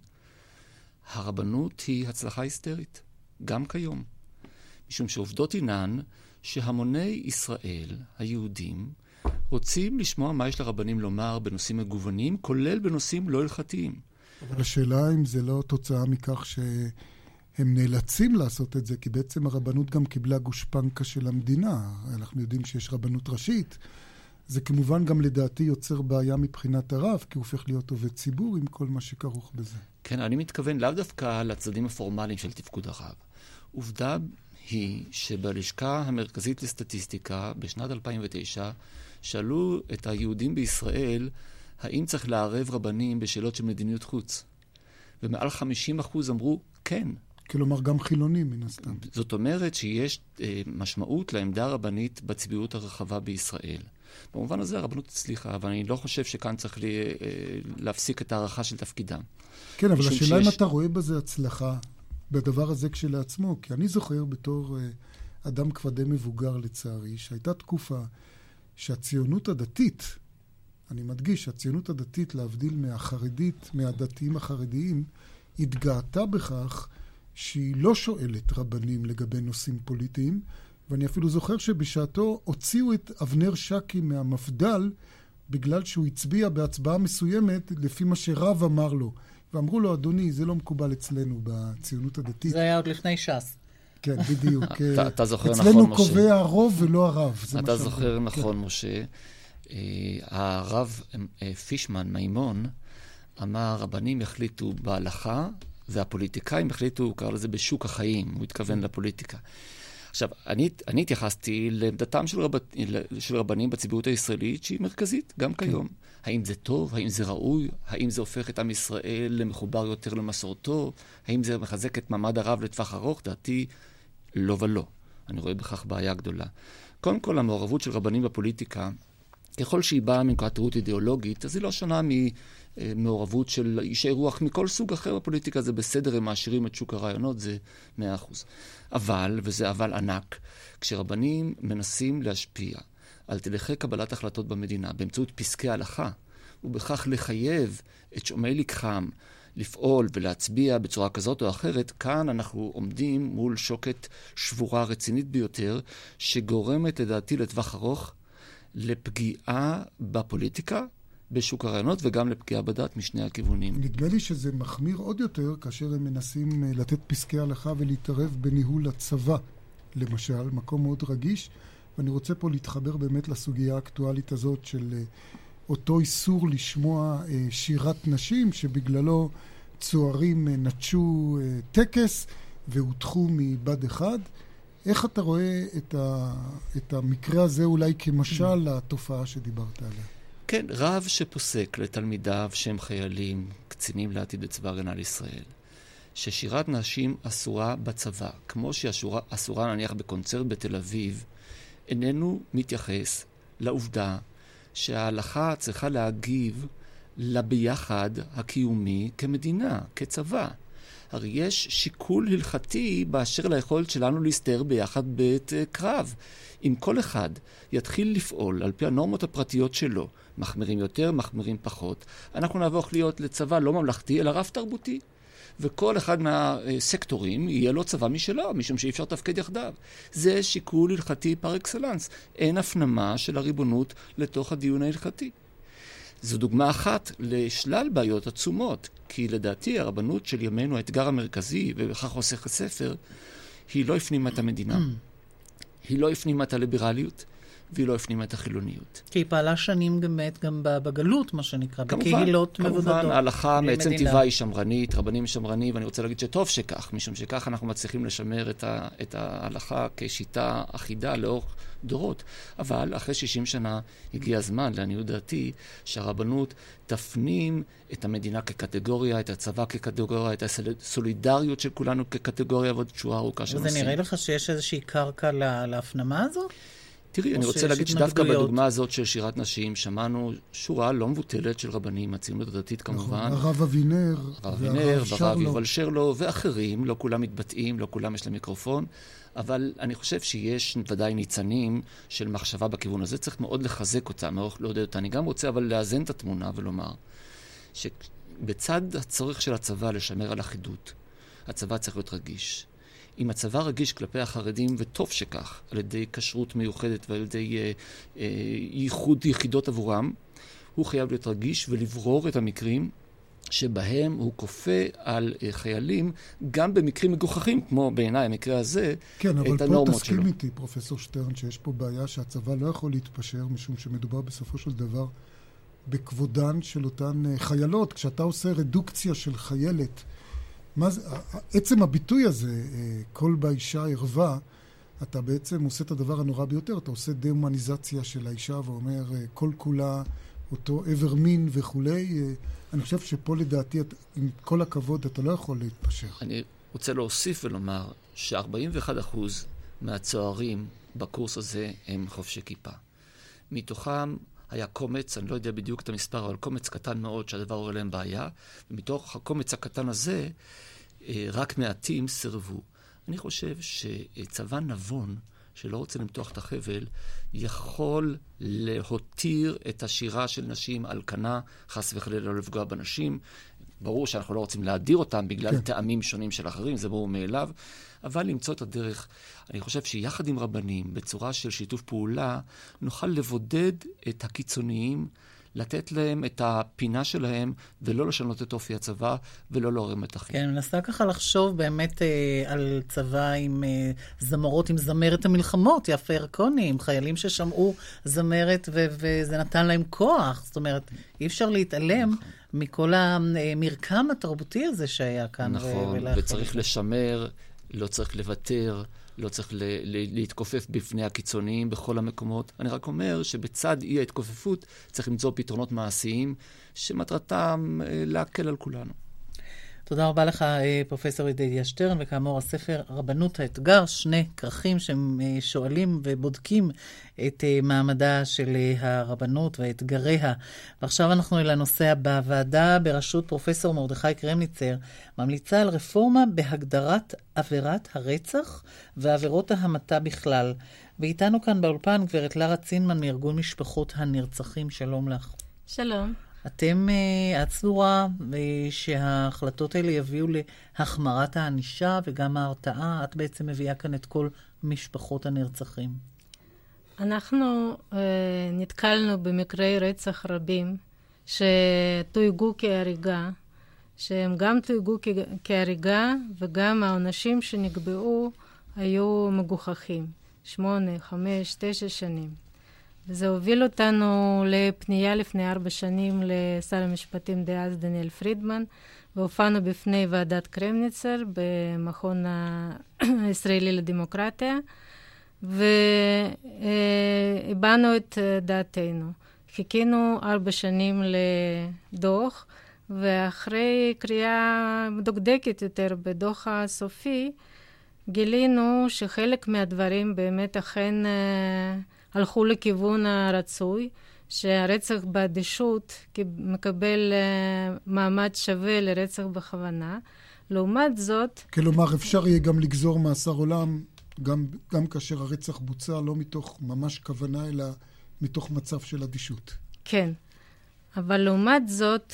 הרבנות היא הצלחה היסטרית, גם כיום. משום שעובדות אינן שהמוני ישראל, היהודים, רוצים לשמוע מה יש לרבנים לומר בנושאים מגוונים, כולל בנושאים לא הלכתיים. אבל השאלה אם זה לא תוצאה מכך הם נאלצים לעשות את זה, כי בעצם הרבנות גם קיבלה גושפנקה של המדינה. אנחנו יודעים שיש רבנות ראשית. זה כמובן גם לדעתי יוצר בעיה מבחינת הרב, כי הוא הופך להיות עובד ציבור עם כל מה שכרוך בזה. כן, אני מתכוון לאו דווקא לצדדים הפורמליים של תפקוד הרב. עובדה היא שבלשכה המרכזית לסטטיסטיקה בשנת 2009 שאלו את היהודים בישראל האם צריך לערב רבנים בשאלות של מדיניות חוץ. ומעל 50% אמרו כן. כלומר, גם חילונים מן הסתם. זאת אומרת שיש משמעות לעמדה הרבנית בציבוריות הרחבה בישראל. במובן הזה הרבנות הצליחה, אבל אני לא חושב שכאן צריך להפסיק את הערכה של תפקידם. כן, אבל השאלה אם אתה רואה בזה הצלחה, בדבר הזה כשלעצמו, כי אני זוכר בתור אדם כבר די מבוגר לצערי, שהייתה תקופה שהציונות הדתית, אני מדגיש, הציונות הדתית להבדיל מהחרדית, מהדתיים החרדיים, התגאתה בכך שהיא לא שואלת רבנים לגבי נושאים פוליטיים, ואני אפילו זוכר שבשעתו הוציאו את אבנר שקי מהמפדל, בגלל שהוא הצביע בהצבעה מסוימת לפי מה שרב אמר לו. ואמרו לו, אדוני, זה לא מקובל אצלנו בציונות הדתית. זה היה עוד לפני ש"ס. כן, בדיוק. אתה זוכר נכון, אצלנו משה. קובע הרוב ולא הרב. אתה זוכר נכון, משה. הרב פישמן, מימון, אמר, רבנים החליטו בהלכה, והפוליטיקאים החליטו, הוא קרא לזה בשוק החיים, הוא התכוון לפוליטיקה. עכשיו, אני התייחסתי לעמדתם של רבנים בציבוריות הישראלית, שהיא מרכזית, גם כיום. האם זה טוב? האם זה ראוי? האם זה הופך את עם ישראל למחובר יותר למסורתו? האם זה מחזק את מעמד הרב לטווח ארוך? דעתי, לא ולא. אני רואה בכך בעיה גדולה. קודם כל, המעורבות של רבנים בפוליטיקה, ככל שהיא באה מנקודת ראות אידיאולוגית, אז היא לא שונה ממעורבות של אישי רוח מכל סוג אחר בפוליטיקה. זה בסדר, הם מעשירים את שוק הרעיונות, זה 100%. אבל, וזה אבל ענק, כשרבנים מנסים להשפיע על תהליכי קבלת החלטות במדינה באמצעות פסקי הלכה, ובכך לחייב את שומעי לקחם לפעול ולהצביע בצורה כזאת או אחרת, כאן אנחנו עומדים מול שוקת שבורה רצינית ביותר, שגורמת לדעתי לטווח ארוך לפגיעה בפוליטיקה, בשוק הרעיונות, וגם לפגיעה בדת משני הכיוונים. נדמה לי שזה מחמיר עוד יותר כאשר הם מנסים לתת פסקי הלכה ולהתערב בניהול הצבא, למשל, מקום מאוד רגיש, ואני רוצה פה להתחבר באמת לסוגיה האקטואלית הזאת של אותו איסור לשמוע שירת נשים, שבגללו צוערים נטשו טקס והותחו מבד אחד. איך אתה רואה את המקרה הזה אולי כמשל לתופעה שדיברת עליה? כן, רב שפוסק לתלמידיו שהם חיילים, קצינים לעתיד בצבא הגנה לישראל, ששירת נשים אסורה בצבא, כמו שהיא אסורה נניח בקונצרט בתל אביב, איננו מתייחס לעובדה שההלכה צריכה להגיב לביחד הקיומי כמדינה, כצבא. הרי יש שיקול הלכתי באשר ליכולת שלנו להסתער ביחד בעת קרב. אם כל אחד יתחיל לפעול על פי הנורמות הפרטיות שלו, מחמירים יותר, מחמירים פחות, אנחנו נהפוך להיות לצבא לא ממלכתי, אלא רב תרבותי. וכל אחד מהסקטורים יהיה לו צבא משלו, משום שאי אפשר תפקד יחדיו. זה שיקול הלכתי פר אקסלנס. אין הפנמה של הריבונות לתוך הדיון ההלכתי. זו דוגמה אחת לשלל בעיות עצומות, כי לדעתי הרבנות של ימינו, האתגר המרכזי, ובכך חוסך הספר, היא לא הפנימה את המדינה. היא לא הפנימה את הליברליות, והיא לא הפנימה את החילוניות. כי היא פעלה שנים גם בגלות, מה שנקרא, בקהילות מבודדות. כמובן, ההלכה מעצם טבעה היא שמרנית, רבנים שמרנים, ואני רוצה להגיד שטוב שכך, משום שכך אנחנו מצליחים לשמר את ההלכה כשיטה אחידה לאורך דורות. אבל אחרי 60 שנה הגיע הזמן, לעניות דעתי, שהרבנות תפנים את המדינה כקטגוריה, את הצבא כקטגוריה, את הסולידריות של כולנו כקטגוריה, ועוד תשואה ארוכה של נושאים. וזה נראה לך שיש איזושהי קרקע להפנמה הזאת? תראי, אני רוצה להגיד שדווקא בדוגמה הזאת של שירת נשים, שמענו שורה לא מבוטלת של רבנים, הציונות הדתית כמובן. הרב אבינר, והרב יובל שרלו, ואחרים, לא כולם מתבטאים, לא כולם יש להם מיקרופון, אבל אני חושב שיש ודאי ניצנים של מחשבה בכיוון הזה, צריך מאוד לחזק אותה, מאוד לעודד אותה. אני גם רוצה אבל לאזן את התמונה ולומר, שבצד הצורך של הצבא לשמר על אחידות, הצבא צריך להיות רגיש. אם הצבא רגיש כלפי החרדים, וטוב שכך, על ידי כשרות מיוחדת ועל ידי ייחוד יחידות עבורם, הוא חייב להיות רגיש ולברור את המקרים שבהם הוא כופה על חיילים, גם במקרים מגוחכים, כמו בעיניי המקרה הזה, כן, את הנורמות שלו. כן, אבל פה תסכים איתי, פרופסור שטרן, שיש פה בעיה שהצבא לא יכול להתפשר, משום שמדובר בסופו של דבר בכבודן של אותן חיילות. כשאתה עושה רדוקציה של חיילת, מה זה, עצם הביטוי הזה, כל באישה ערווה, אתה בעצם עושה את הדבר הנורא ביותר, אתה עושה דה-הומניזציה של האישה ואומר כל כולה אותו עבר מין וכולי. אני חושב שפה לדעתי, עם כל הכבוד, אתה לא יכול להתפשר. רוצה להוסיף ולומר ש41% מהצוערים בקורס הזה הם חובשי כיפה. מתוכם היה קומץ, אני לא יודע בדיוק את המספר, אבל קומץ קטן מאוד שהדבר עורר להם בעיה, ומתוך הקומץ הקטן הזה רק מעטים סרבו. אני חושב שצבא נבון שלא רוצה למתוח את החבל, יכול להותיר את השירה של נשים על כנה, חס וחלילה לא לפגוע בנשים. ברור שאנחנו לא רוצים להדיר אותם בגלל טעמים שונים של אחרים, זה ברור מאליו, אבל למצוא את הדרך. אני חושב שיחד עם רבנים, בצורה של שיתוף פעולה, נוכל לבודד את הקיצוניים, לתת להם את הפינה שלהם, ולא לשנות את אופי הצבא, ולא לעורר מתחים. כן, מנסה ככה לחשוב באמת על צבא עם זמרות, עם זמרת המלחמות, יפה ירקוני, עם חיילים ששמעו זמרת, וזה נתן להם כוח. זאת אומרת, אי אפשר להתעלם מכל המרקם התרבותי הזה שהיה כאן. נכון, וצריך לשמר, לא צריך לוותר, לא צריך להתכופף בפני הקיצוניים בכל המקומות. אני רק אומר שבצד אי ההתכופפות צריך למצוא פתרונות מעשיים שמטרתם להקל על כולנו. תודה רבה לך, פרופסור ידידיה שטרן, וכאמור הספר רבנות האתגר, 2 כרכים שהם שואלים ובודקים את מעמדה של הרבנות ואתגריה. ועכשיו אנחנו אל הנושא הבא. ועדה בראשות פרופסור מרדכי קרמניצר ממליצה על רפורמה בהגדרת עבירת הרצח ועבירות ההמתה בכלל. ואיתנו כאן באולפן גברת לרה צינמן מארגון משפחות הנרצחים. שלום לך. שלום. אתם הצורה שההחלטות האלה יביאו להחמרת הענישה וגם ההרתעה. את בעצם מביאה כאן את כל משפחות הנרצחים. אנחנו נתקלנו במקרי רצח רבים שתויגו כהריגה, שהם גם תויגו כהריגה וגם העונשים שנקבעו היו מגוחכים. 8, 5, 9 שנים. וזה הוביל אותנו לפנייה לפני 4 שנים לשר המשפטים דאז דניאל פרידמן, והופענו בפני ועדת קרמניצר במכון הישראלי לדמוקרטיה, והבענו את דעתנו. חיכינו 4 שנים לדוח, ואחרי קריאה דוקדקת יותר בדוח הסופי, גילינו שחלק מהדברים באמת אכן הלכו לכיוון הרצוי, שהרצח באדישות מקבל מעמד שווה לרצח בכוונה. לעומת זאת... כלומר, אפשר יהיה גם לגזור מאסר עולם, גם כאשר הרצח בוצע לא מתוך ממש כוונה, אלא מתוך מצב של אדישות. כן. אבל לעומת זאת,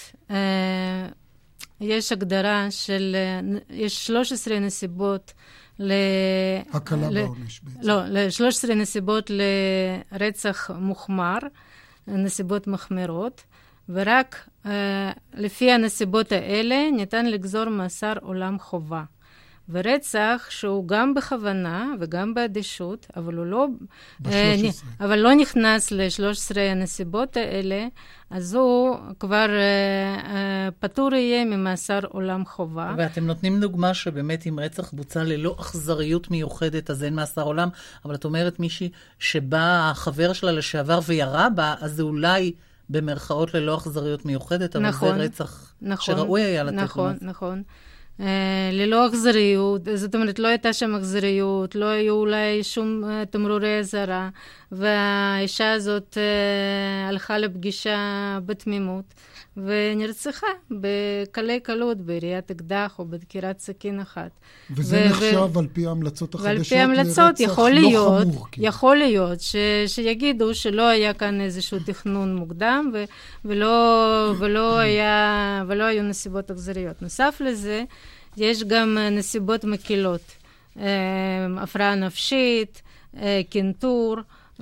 יש הגדרה של... יש 13 נסיבות הקלה בעונש בעצם. לא, 13 נסיבות לרצח מוחמר, נסיבות מחמירות, ורק לפי הנסיבות האלה ניתן לגזור מאסר עולם חובה. ורצח שהוא גם בכוונה וגם באדישות, אבל לא נכנס ל-13 הנסיבות האלה, אז הוא כבר פטור יהיה ממאסר עולם חובה. ואתם נותנים דוגמה שבאמת אם רצח בוצע ללא אכזריות מיוחדת, אז אין מאסר עולם, אבל את אומרת מישהי שבא החבר שלה לשעבר וירה בה, אז זה אולי במרכאות ללא אכזריות מיוחדת, אבל נכון, זה רצח שראוי היה לתת. נכון, נכון. ללא אכזריות, זאת אומרת, לא הייתה שם אכזריות, לא היו אולי שום תמרורי אזהרה, והאישה הזאת הלכה לפגישה בתמימות, ונרצחה בקלי קלות, ביריית אקדח או בדקירת סכין אחת. וזה נחשב על פי ההמלצות החדשות ועל פי ההמלצות יכול להיות שיגידו שלא היה כאן איזשהו תכנון מוקדם, ולא היו נסיבות אכזריות. נוסף לזה, יש גם נסיבות מקילות, הפרעה נפשית, קנטור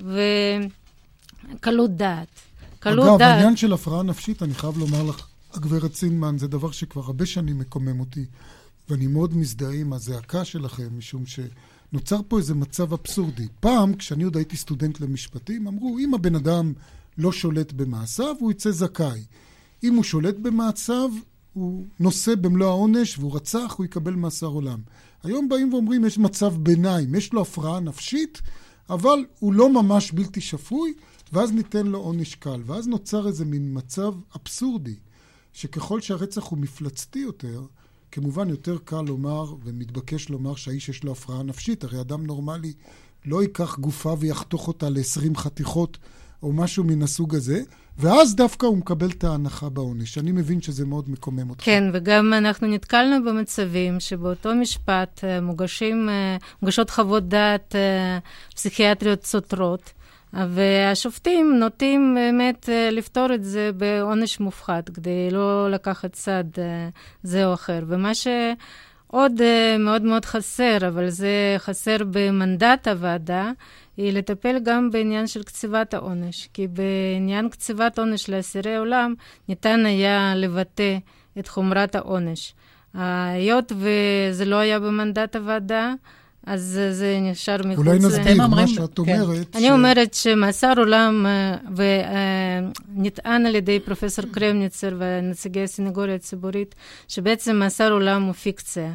וקלות דעת. אגב, העניין של הפרעה נפשית, אני חייב לומר לך, הגברת צינמן, זה דבר שכבר הרבה שנים מקומם אותי, ואני מאוד מזדהה עם הזעקה שלכם, משום שנוצר פה איזה מצב אבסורדי. פעם, כשאני עוד הייתי סטודנט למשפטים, אמרו, אם הבן אדם לא שולט במעשיו, הוא יצא זכאי. אם הוא שולט במעשיו, הוא נושא במלוא העונש, והוא רצח, הוא יקבל מאסר עולם. היום באים ואומרים, יש מצב ביניים, יש לו הפרעה נפשית, אבל הוא לא ממש בלתי שפוי, ואז ניתן לו עונש קל. ואז נוצר איזה מין מצב אבסורדי, שככל שהרצח הוא מפלצתי יותר, כמובן יותר קל לומר ומתבקש לומר שהאיש יש לו הפרעה נפשית, הרי אדם נורמלי לא ייקח גופה ויחתוך אותה ל-20 חתיכות או משהו מן הסוג הזה, ואז דווקא הוא מקבל את ההנחה בעונש. אני מבין שזה מאוד מקומם אותך. כן, וגם אנחנו נתקלנו במצבים שבאותו משפט מוגשות חוות דעת פסיכיאטריות סותרות, והשופטים נוטים באמת לפתור את זה בעונש מופחת, כדי לא לקחת צד זה או אחר. ומה שעוד מאוד מאוד חסר, אבל זה חסר במנדט הוועדה, היא לטפל גם בעניין של קציבת העונש. כי בעניין קציבת עונש לאסירי עולם, ניתן היה לבטא את חומרת העונש. היות וזה לא היה במנדט הוועדה, אז זה נשאר מחוץ. אולי נסביר מה שאת אומרת. אני אומרת שמאסר עולם ונטען על ידי פרופסור קרמניצר ונציגי הסניגוריה הציבורית, שבעצם מאסר עולם הוא פיקציה.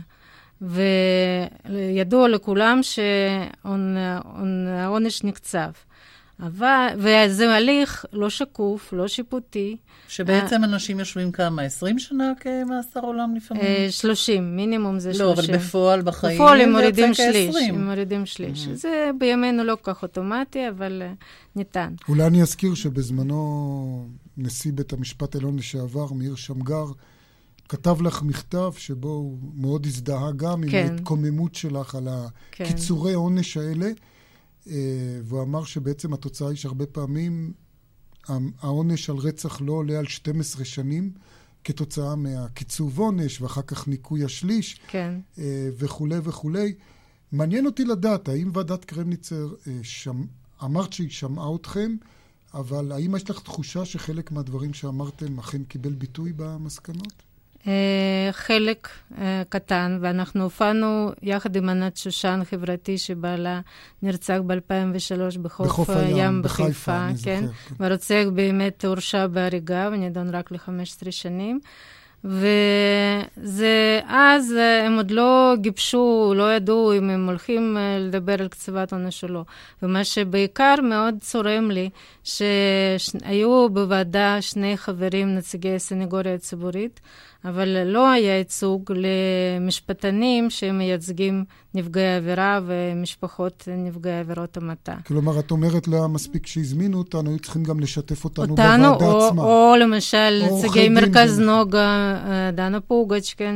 וידוע לכולם שהעונש נקצב. וזה הליך לא שקוף, לא שיפוטי. שבעצם אנשים יושבים כמה? 20 שנה כמאסר עולם לפעמים? 30, מינימום זה 30. לא, אבל בפועל בחיים בפועל הם מורידים שליש. הם מורידים שליש. זה בימינו לא כך אוטומטי, אבל ניתן. אולי אני אזכיר שבזמנו נשיא בית המשפט העליון לשעבר, מאיר שמגר, כתב לך מכתב שבו הוא מאוד הזדהה גם עם ההתקוממות שלך על הקיצורי עונש האלה, והוא אמר שבעצם התוצאה היא שהרבה פעמים העונש על רצח לא עולה על 12 שנים, כתוצאה מהקיצוב עונש, ואחר כך ניקוי השליש, וכו' וכו'. מעניין אותי לדעת, האם ועדת קרמניצר, אמרת שהיא שמעה אתכם, אבל האם יש לך תחושה שחלק מהדברים שאמרתם אכן קיבל ביטוי במסקנות? חלק קטן, ואנחנו הופענו יחד עם ענת שושן, חברתי שבעלה נרצח ב-2003 בחוף הים בחיפה, כן? והרוצח באמת הורשע בהריגה ונידון רק ל-15 שנים. ואז הם עוד לא גיבשו, לא ידעו אם הם הולכים לדבר על קציבת עונש או לא. ומה שבעיקר מאוד צורם לי, שהיו בוועדה 2 חברים נציגי הסניגוריה הציבורית, אבל לא היה ייצוג למשפטנים שמייצגים נפגעי עבירה ומשפחות נפגעי עבירות המתה. כלומר, את אומרת לה מספיק שהזמינו אותנו, היו צריכים גם לשתף אותנו בוועדה עצמה. או למשל נציגי מרכז נוגה, דנה פוגץ', כן,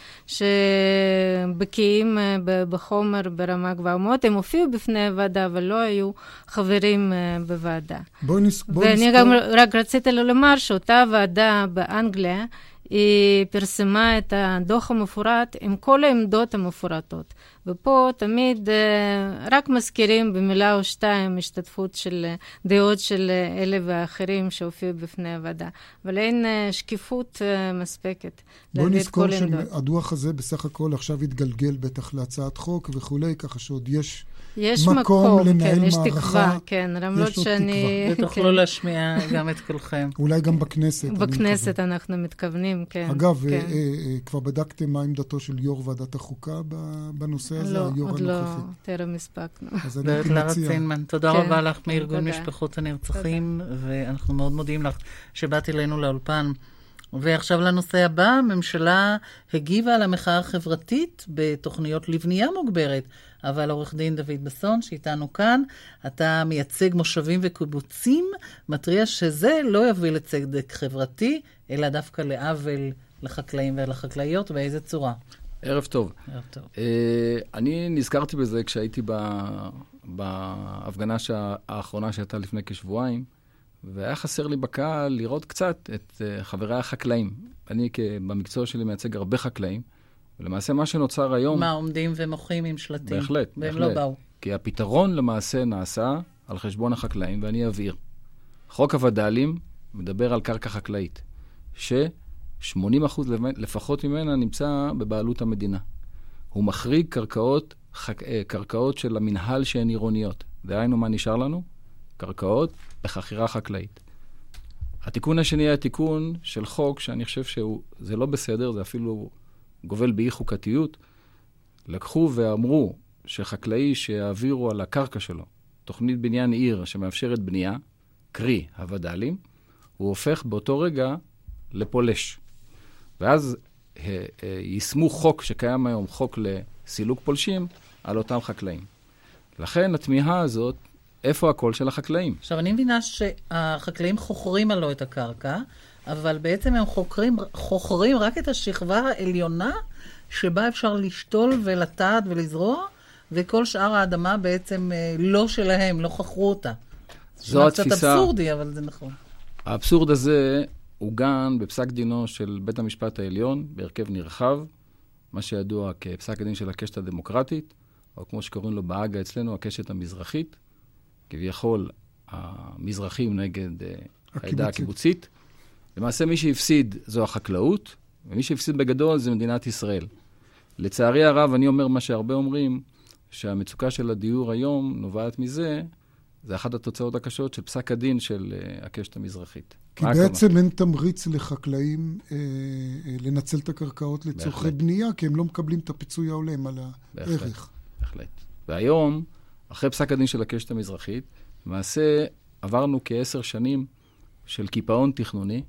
שבקיאים בחומר ברמה גבוהה מאוד, הם הופיעו בפני הוועדה, אבל לא היו חברים בוועדה. ואני גם רק רציתי לומר שאותה ועדה באנגליה, היא פרסמה את הדוח המפורט עם כל העמדות המפורטות. ופה תמיד רק מזכירים במילה או 2 השתתפות של דעות של אלה ואחרים שהופיעו בפני הוועדה. אבל אין שקיפות מספקת. בוא נזכור שהדוח הזה בסך הכל עכשיו התגלגל בטח להצעת חוק וכולי, ככה שעוד יש מקום לנהל כן, יש מערכה. תקווה, כן, למרות שאני... ותוכלו להשמיע גם את כולכם. אולי גם בכנסת. בכנסת אנחנו מתכוונים, כן. אגב, כבר בדקתם מה עמדתו של יו"ר ועדת החוקה בנושא הזה? לא, עוד לא, טרם הספקנו. קלרה צינמן, תודה רבה לך מארגון משפחות הנרצחים, ואנחנו מאוד מודים לך שבאת אלינו לאולפן. ועכשיו לנושא הבא, הממשלה הגיבה על המחאה החברתית בתוכניות לבנייה מוגברת, אבל עורך דין דוד בסון, שאיתנו כאן, אתה מייצג מושבים וקיבוצים, מטריע שזה לא יביא לצדק חברתי, אלא דווקא לעוול לחקלאים ולחקלאיות, באיזה צורה? ערב טוב. ערב טוב. אני נזכרתי בזה כשהייתי בהפגנה האחרונה שהייתה לפני כשבועיים, והיה חסר לי בקהל לראות קצת את חברי החקלאים. אני במקצוע שלי מייצג הרבה חקלאים, ולמעשה מה שנוצר היום... מה, עומדים ומוחים עם שלטים? בהחלט, והם בהחלט. לא באו. כי הפתרון למעשה נעשה על חשבון החקלאים, ואני אבהיר. חוק הווד"לים מדבר על קרקע חקלאית, ש80% לפחות ממנה נמצא בבעלות המדינה. הוא מחריג קרקעות של המנהל שהן עירוניות. דהיינו מה נשאר לנו? קרקעות בחכירה חקלאית. התיקון השני היה תיקון של חוק שאני חושב שזה לא בסדר, זה אפילו גובל באי חוקתיות. לקחו ואמרו שחקלאי שיעבירו על הקרקע שלו תוכנית בניין עיר שמאפשרת בנייה, קרי הווד"לים, הוא הופך באותו רגע לפולש. ואז יישמו חוק שקיים היום, חוק לסילוק פולשים, על אותם חקלאים. לכן התמיהה הזאת, איפה הקול של החקלאים? עכשיו, אני מבינה שהחקלאים חוכרים עלו את הקרקע, אבל בעצם הם חוכרים רק את השכבה העליונה, שבה אפשר לשתול ולטעת ולזרוע, וכל שאר האדמה בעצם לא שלהם, לא חכרו אותה. זו התפיסה. קצת אבסורדי, אבל זה נכון. האבסורד הזה עוגן בפסק דינו של בית המשפט העליון, בהרכב נרחב, מה שידוע כפסק הדין של הקשת הדמוקרטית, או כמו שקוראים לו בהאגה אצלנו, הקשת המזרחית, כביכול המזרחים נגד העדה הקיבוצית. למעשה מי שהפסיד זו החקלאות, ומי שהפסיד בגדול זה מדינת ישראל. לצערי הרב, אני אומר מה שהרבה אומרים, שהמצוקה של הדיור היום נובעת מזה, זה אחת התוצאות הקשות של פסק הדין של הקשת המזרחית. כי בעצם אין תמריץ לחקלאים לנצל את הקרקעות לצורכי בנייה, כי הם לא מקבלים את הפיצוי ההולם על הערך. בהחלט. והיום, אחרי פסק הדין של הקשת המזרחית, למעשה עברנו כ10 שנים של קיפאון תכנוני,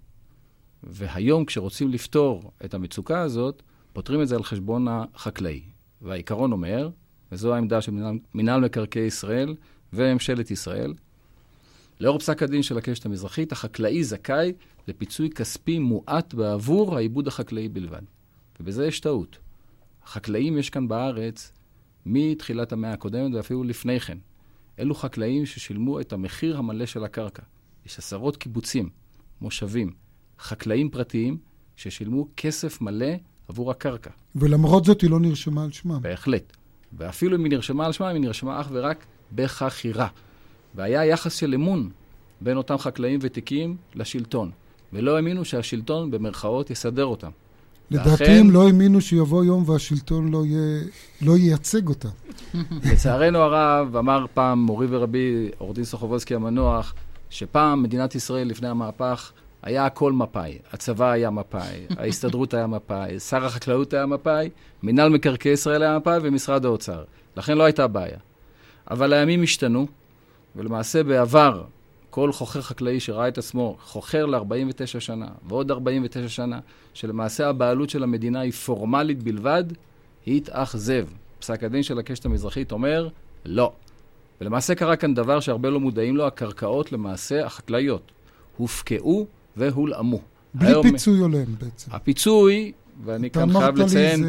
והיום כשרוצים לפתור את המצוקה הזאת, פותרים את זה על חשבון החקלאי. והעיקרון אומר, וזו העמדה של מינהל מקרקעי ישראל וממשלת ישראל, לאור פסק הדין של הקשת המזרחית, החקלאי זכאי לפיצוי כספי מועט בעבור העיבוד החקלאי בלבד. ובזה יש טעות. החקלאים יש כאן בארץ מתחילת המאה הקודמת ואפילו לפני כן. אלו חקלאים ששילמו את המחיר המלא של הקרקע. יש 10 קיבוצים, מושבים, חקלאים פרטיים ששילמו כסף מלא עבור הקרקע. ולמרות זאת היא לא נרשמה על שמם. בהחלט. ואפילו אם היא נרשמה על שמם, היא נרשמה אך ורק בחכירה. והיה יחס של אמון בין אותם חקלאים ותיקים לשלטון. ולא האמינו שהשלטון במרכאות יסדר אותם. לדעתי הם לא האמינו שיבוא יום והשלטון לא ייצג אותם. לצערנו הרב, אמר פעם מורי ורבי עורך דין סוחובסקי המנוח, שפעם מדינת ישראל לפני המהפך היה הכל מפאי. הצבא היה מפאי, ההסתדרות היה מפאי, שר החקלאות היה מפאי, מינהל מקרקעי ישראל היה מפאי ומשרד האוצר. לכן לא הייתה בעיה. אבל הימים השתנו, ולמעשה בעבר כל חוכר חקלאי שראה את עצמו חוכר ל-49 שנה ועוד 49 שנה, שלמעשה הבעלות של המדינה היא פורמלית בלבד, היא התאכזב. פסק הדין של הקשת המזרחית אומר, לא. ולמעשה קרה כאן דבר שהרבה לא מודעים לו, הקרקעות למעשה החקלאיות הופקעו והולאמו. בלי פיצוי הולם בעצם. הפיצוי, ואני כאן חייב לציין,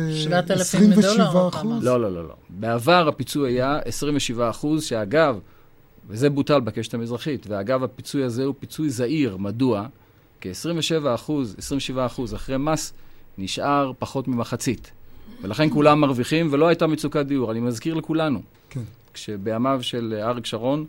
27%. לא. בעבר הפיצוי היה 27%, שאגב, וזה בוטל בקשת המזרחית, ואגב הפיצוי הזה הוא פיצוי זעיר. מדוע? כ-27%, 27% אחרי מס נשאר פחות ממחצית. ולכן כולם מרוויחים, ולא הייתה מצוקת דיור. אני מזכיר לכולנו. כן. כשבימיו של אריק שרון,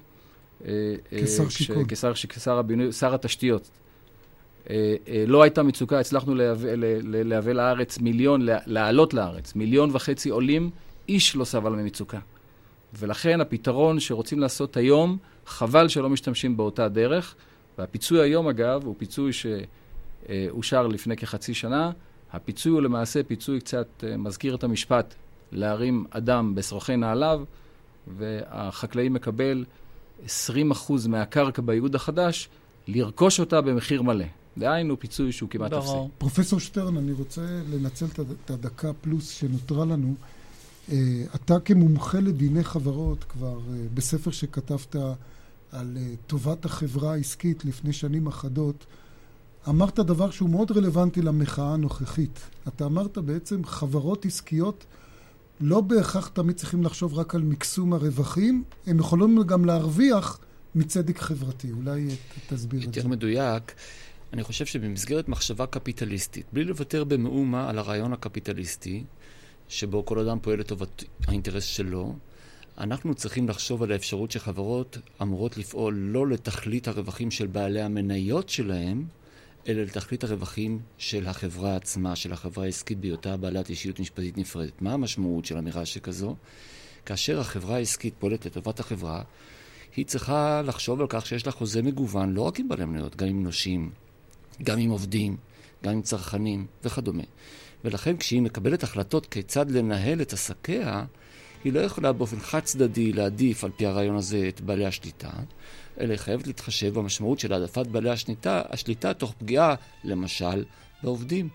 כשר הבינוי, שר התשתיות, לא הייתה מצוקה, הצלחנו להביא לארץ לעלות לארץ, 1.5 מיליון עולים, איש לא סבל ממצוקה. ולכן הפתרון שרוצים לעשות היום, חבל שלא משתמשים באותה דרך, והפיצוי היום אגב, הוא פיצוי שאושר לפני כחצי שנה, הפיצוי הוא למעשה פיצוי קצת מזכיר את המשפט, להרים אדם בשרוכי נעליו, והחקלאי מקבל 20% מהקרקע בייעוד החדש, לרכוש אותה במחיר מלא. דהיינו פיצוי שהוא כמעט אפסי. פרופסור שטרן, אני רוצה לנצל את הדקה פלוס שנותרה לנו. אתה כמומחה לדיני חברות, כבר בספר שכתבת על טובת החברה העסקית לפני שנים אחדות, אמרת דבר שהוא מאוד רלוונטי למחאה הנוכחית. אתה אמרת בעצם חברות עסקיות לא בהכרח תמיד צריכים לחשוב רק על מקסום הרווחים, הם יכולים גם להרוויח מצדק חברתי. אולי תסביר את זה. יותר מדויק, אני חושב שבמסגרת מחשבה קפיטליסטית, בלי לוותר במאומה על הרעיון הקפיטליסטי, שבו כל אדם פועל לטובת האינטרס שלו, אנחנו צריכים לחשוב על האפשרות שחברות אמורות לפעול לא לתכלית הרווחים של בעלי המניות שלהם, אלא לתכלית הרווחים של החברה עצמה, של החברה העסקית בהיותה בעלת אישיות משפטית נפרדת. מה המשמעות של אמירה שכזו? כאשר החברה העסקית פועלת לטובת החברה, היא צריכה לחשוב על כך שיש לה חוזה מגוון, לא רק עם בעלי מניות, גם עם נושים, גם עם עובדים, גם עם צרכנים וכדומה. ולכן כשהיא מקבלת החלטות כיצד לנהל את עסקיה, היא לא יכולה באופן חד צדדי להעדיף על פי הרעיון הזה את בעלי השליטה, אלא היא חייבת להתחשב במשמעות של העדפת בעלי השליטה תוך פגיעה, למשל, בעובדים.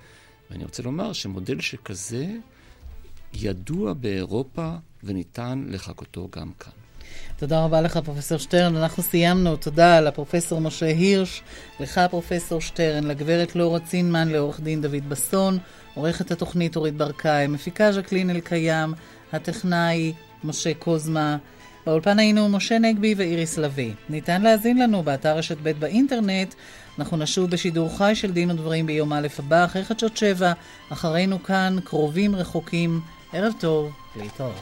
ואני רוצה לומר שמודל שכזה ידוע באירופה וניתן לחקותו גם כאן. תודה רבה לך פרופסור שטרן, אנחנו סיימנו. תודה לפרופסור משה הירש, לך פרופסור שטרן, לגברת לורה צינמן, לעורך דין דוד בסון, עורכת התוכנית אורית ברקאי, מפיקה ז'קלין אלקיים, הטכנאי משה קוזמה. באולפן היינו משה נגבי ואיריס לוי. ניתן להזין לנו באתר רשת ב' באינטרנט. אנחנו נשוב בשידור חי של דין ודברים ביום א' הבא, אחרי חדשות 7, אחרינו כאן קרובים רחוקים. ערב טוב, להתראות.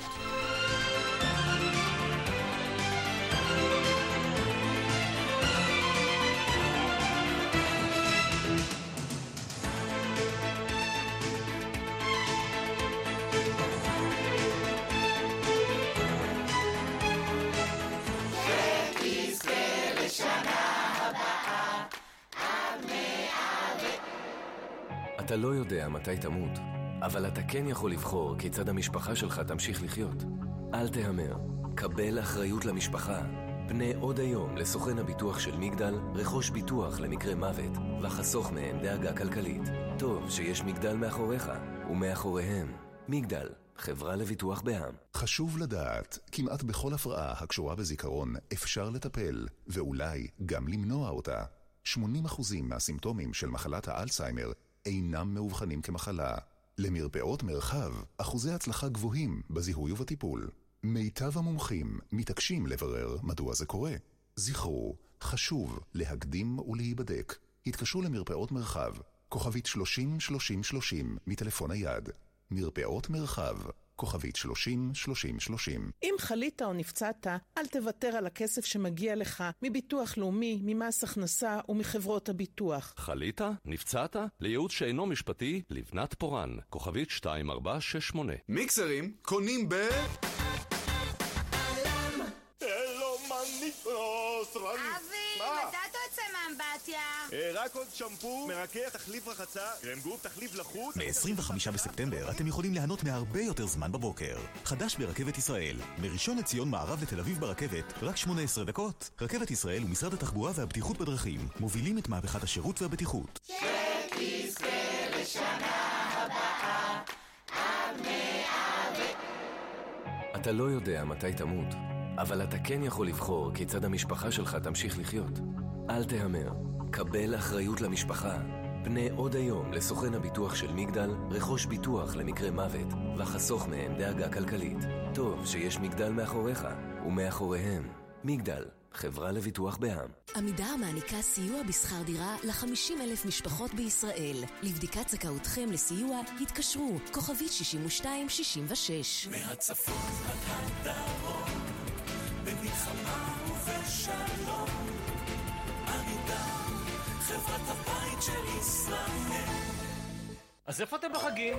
אתה לא יודע מתי תמות, אבל אתה כן יכול לבחור כיצד המשפחה שלך תמשיך לחיות. אל תהמר, קבל אחריות למשפחה. פנה עוד היום לסוכן הביטוח של מגדל, רכוש ביטוח למקרה מוות, וחסוך מהם דאגה כלכלית. טוב שיש מגדל מאחוריך, ומאחוריהם. מגדל, חברה לביטוח בע"מ. חשוב לדעת, כמעט בכל הפרעה הקשורה בזיכרון אפשר לטפל, ואולי גם למנוע אותה. 80% מהסימפטומים של מחלת האלצהיימר אינם מאובחנים כמחלה. למרפאות מרחב, אחוזי הצלחה גבוהים בזיהוי ובטיפול. מיטב המומחים מתעקשים לברר מדוע זה קורה. זכרו, חשוב להקדים ולהיבדק. התקשרו למרפאות מרחב, כוכבית 30-30-30 מטלפון היד. מרפאות מרחב, כוכבית 30-30-30. אם חלית או נפצעת, אל תוותר על הכסף שמגיע לך מביטוח לאומי, ממס הכנסה ומחברות הביטוח. חלית? נפצעת? לייעוץ שאינו משפטי, לבנת פורן, כוכבית 2468. מיקסרים קונים אבי, מתי אתה יוצא מהאמבטיה? רק עוד שמפו, מרקח, תחליף רחצה, קרם גוף, תחליף לחוץ. מ-25 בספטמבר אתם יכולים ליהנות מהרבה יותר זמן בבוקר. חדש ברכבת ישראל, מראשון לציון מערב לתל אביב ברכבת, רק 18 דקות. רכבת ישראל ומשרד התחבורה והבטיחות בדרכים מובילים את מהפכת השירות והבטיחות. שתזכה לשנה הבאה, עד 100. אתה לא יודע מתי תמות, אבל אתה כן יכול לבחור כיצד המשפחה שלך תמשיך לחיות. אל תהמר, קבל אחריות למשפחה. פנה עוד היום לסוכן הביטוח של מגדל, רכוש ביטוח למקרה מוות, וחסוך מהם דאגה כלכלית. טוב שיש מגדל מאחוריך, ומאחוריהם. מגדל, חברה לביטוח בע"מ. עמידר מעניקה סיוע בשכר דירה ל-50,000 משפחות בישראל. לבדיקת זכאותכם לסיוע התקשרו, כוכבית 6266. מהצפון עד הדרום, במלחמה ובשלום, עמידר, חברת הבית של ישראל. אז איפה אתם בחגים?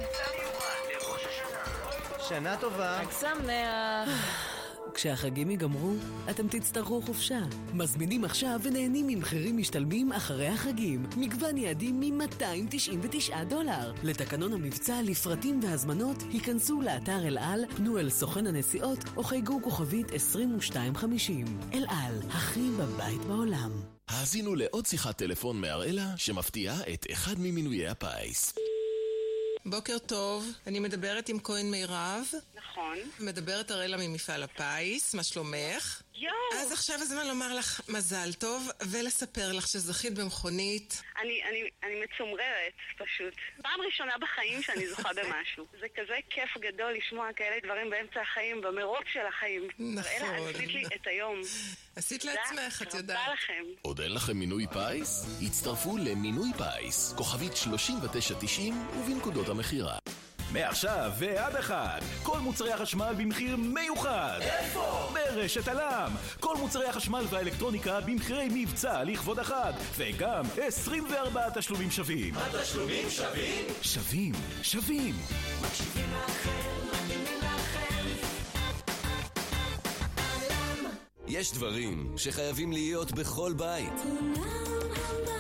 שנה טובה. חג שמח. כשהחגים ייגמרו, אתם תצטרכו חופשה. מזמינים עכשיו ונהנים ממחירים משתלמים אחרי החגים. מגוון יעדים $299. לתקנון המבצע, לפרטים והזמנות, היכנסו לאתר אל על, פנו אל סוכן הנסיעות, או חייגו כוכבית 2250. אל על, הכי בבית בעולם. האזינו לעוד שיחת טלפון מהראלה שמפתיעה את אחד ממינויי הפיס. בוקר טוב, אני מדברת עם כהן מירב. נכון. מדברת הראלה ממפעל הפיס, מה שלומך? יואו. אז עכשיו הזמן לומר לך מזל טוב ולספר לך שזכית במכונית. אני מצומררת פשוט. פעם ראשונה בחיים שאני זוכה במשהו. זה כזה כיף גדול לשמוע כאלה דברים באמצע החיים, במרוץ של החיים. נכון. ראלה, עשית לי את היום. עשית לעצמך, את יודעת. תודה לכם. עוד אין לכם מינוי פיס? הצטרפו למינוי פיס, כוכבית 3990 ובנקודות המחירה. מעכשיו ועד אחד, כל מוצרי החשמל במחיר מיוחד. איפה? ברשת אלם. כל מוצרי החשמל והאלקטרוניקה במחירי מבצע לכבוד החג, וגם 24 תשלומים שווים. התשלומים שווים? שווים. מקשיבים לכם, מתאימים לכם. יש דברים שחייבים להיות בכל בית. כולם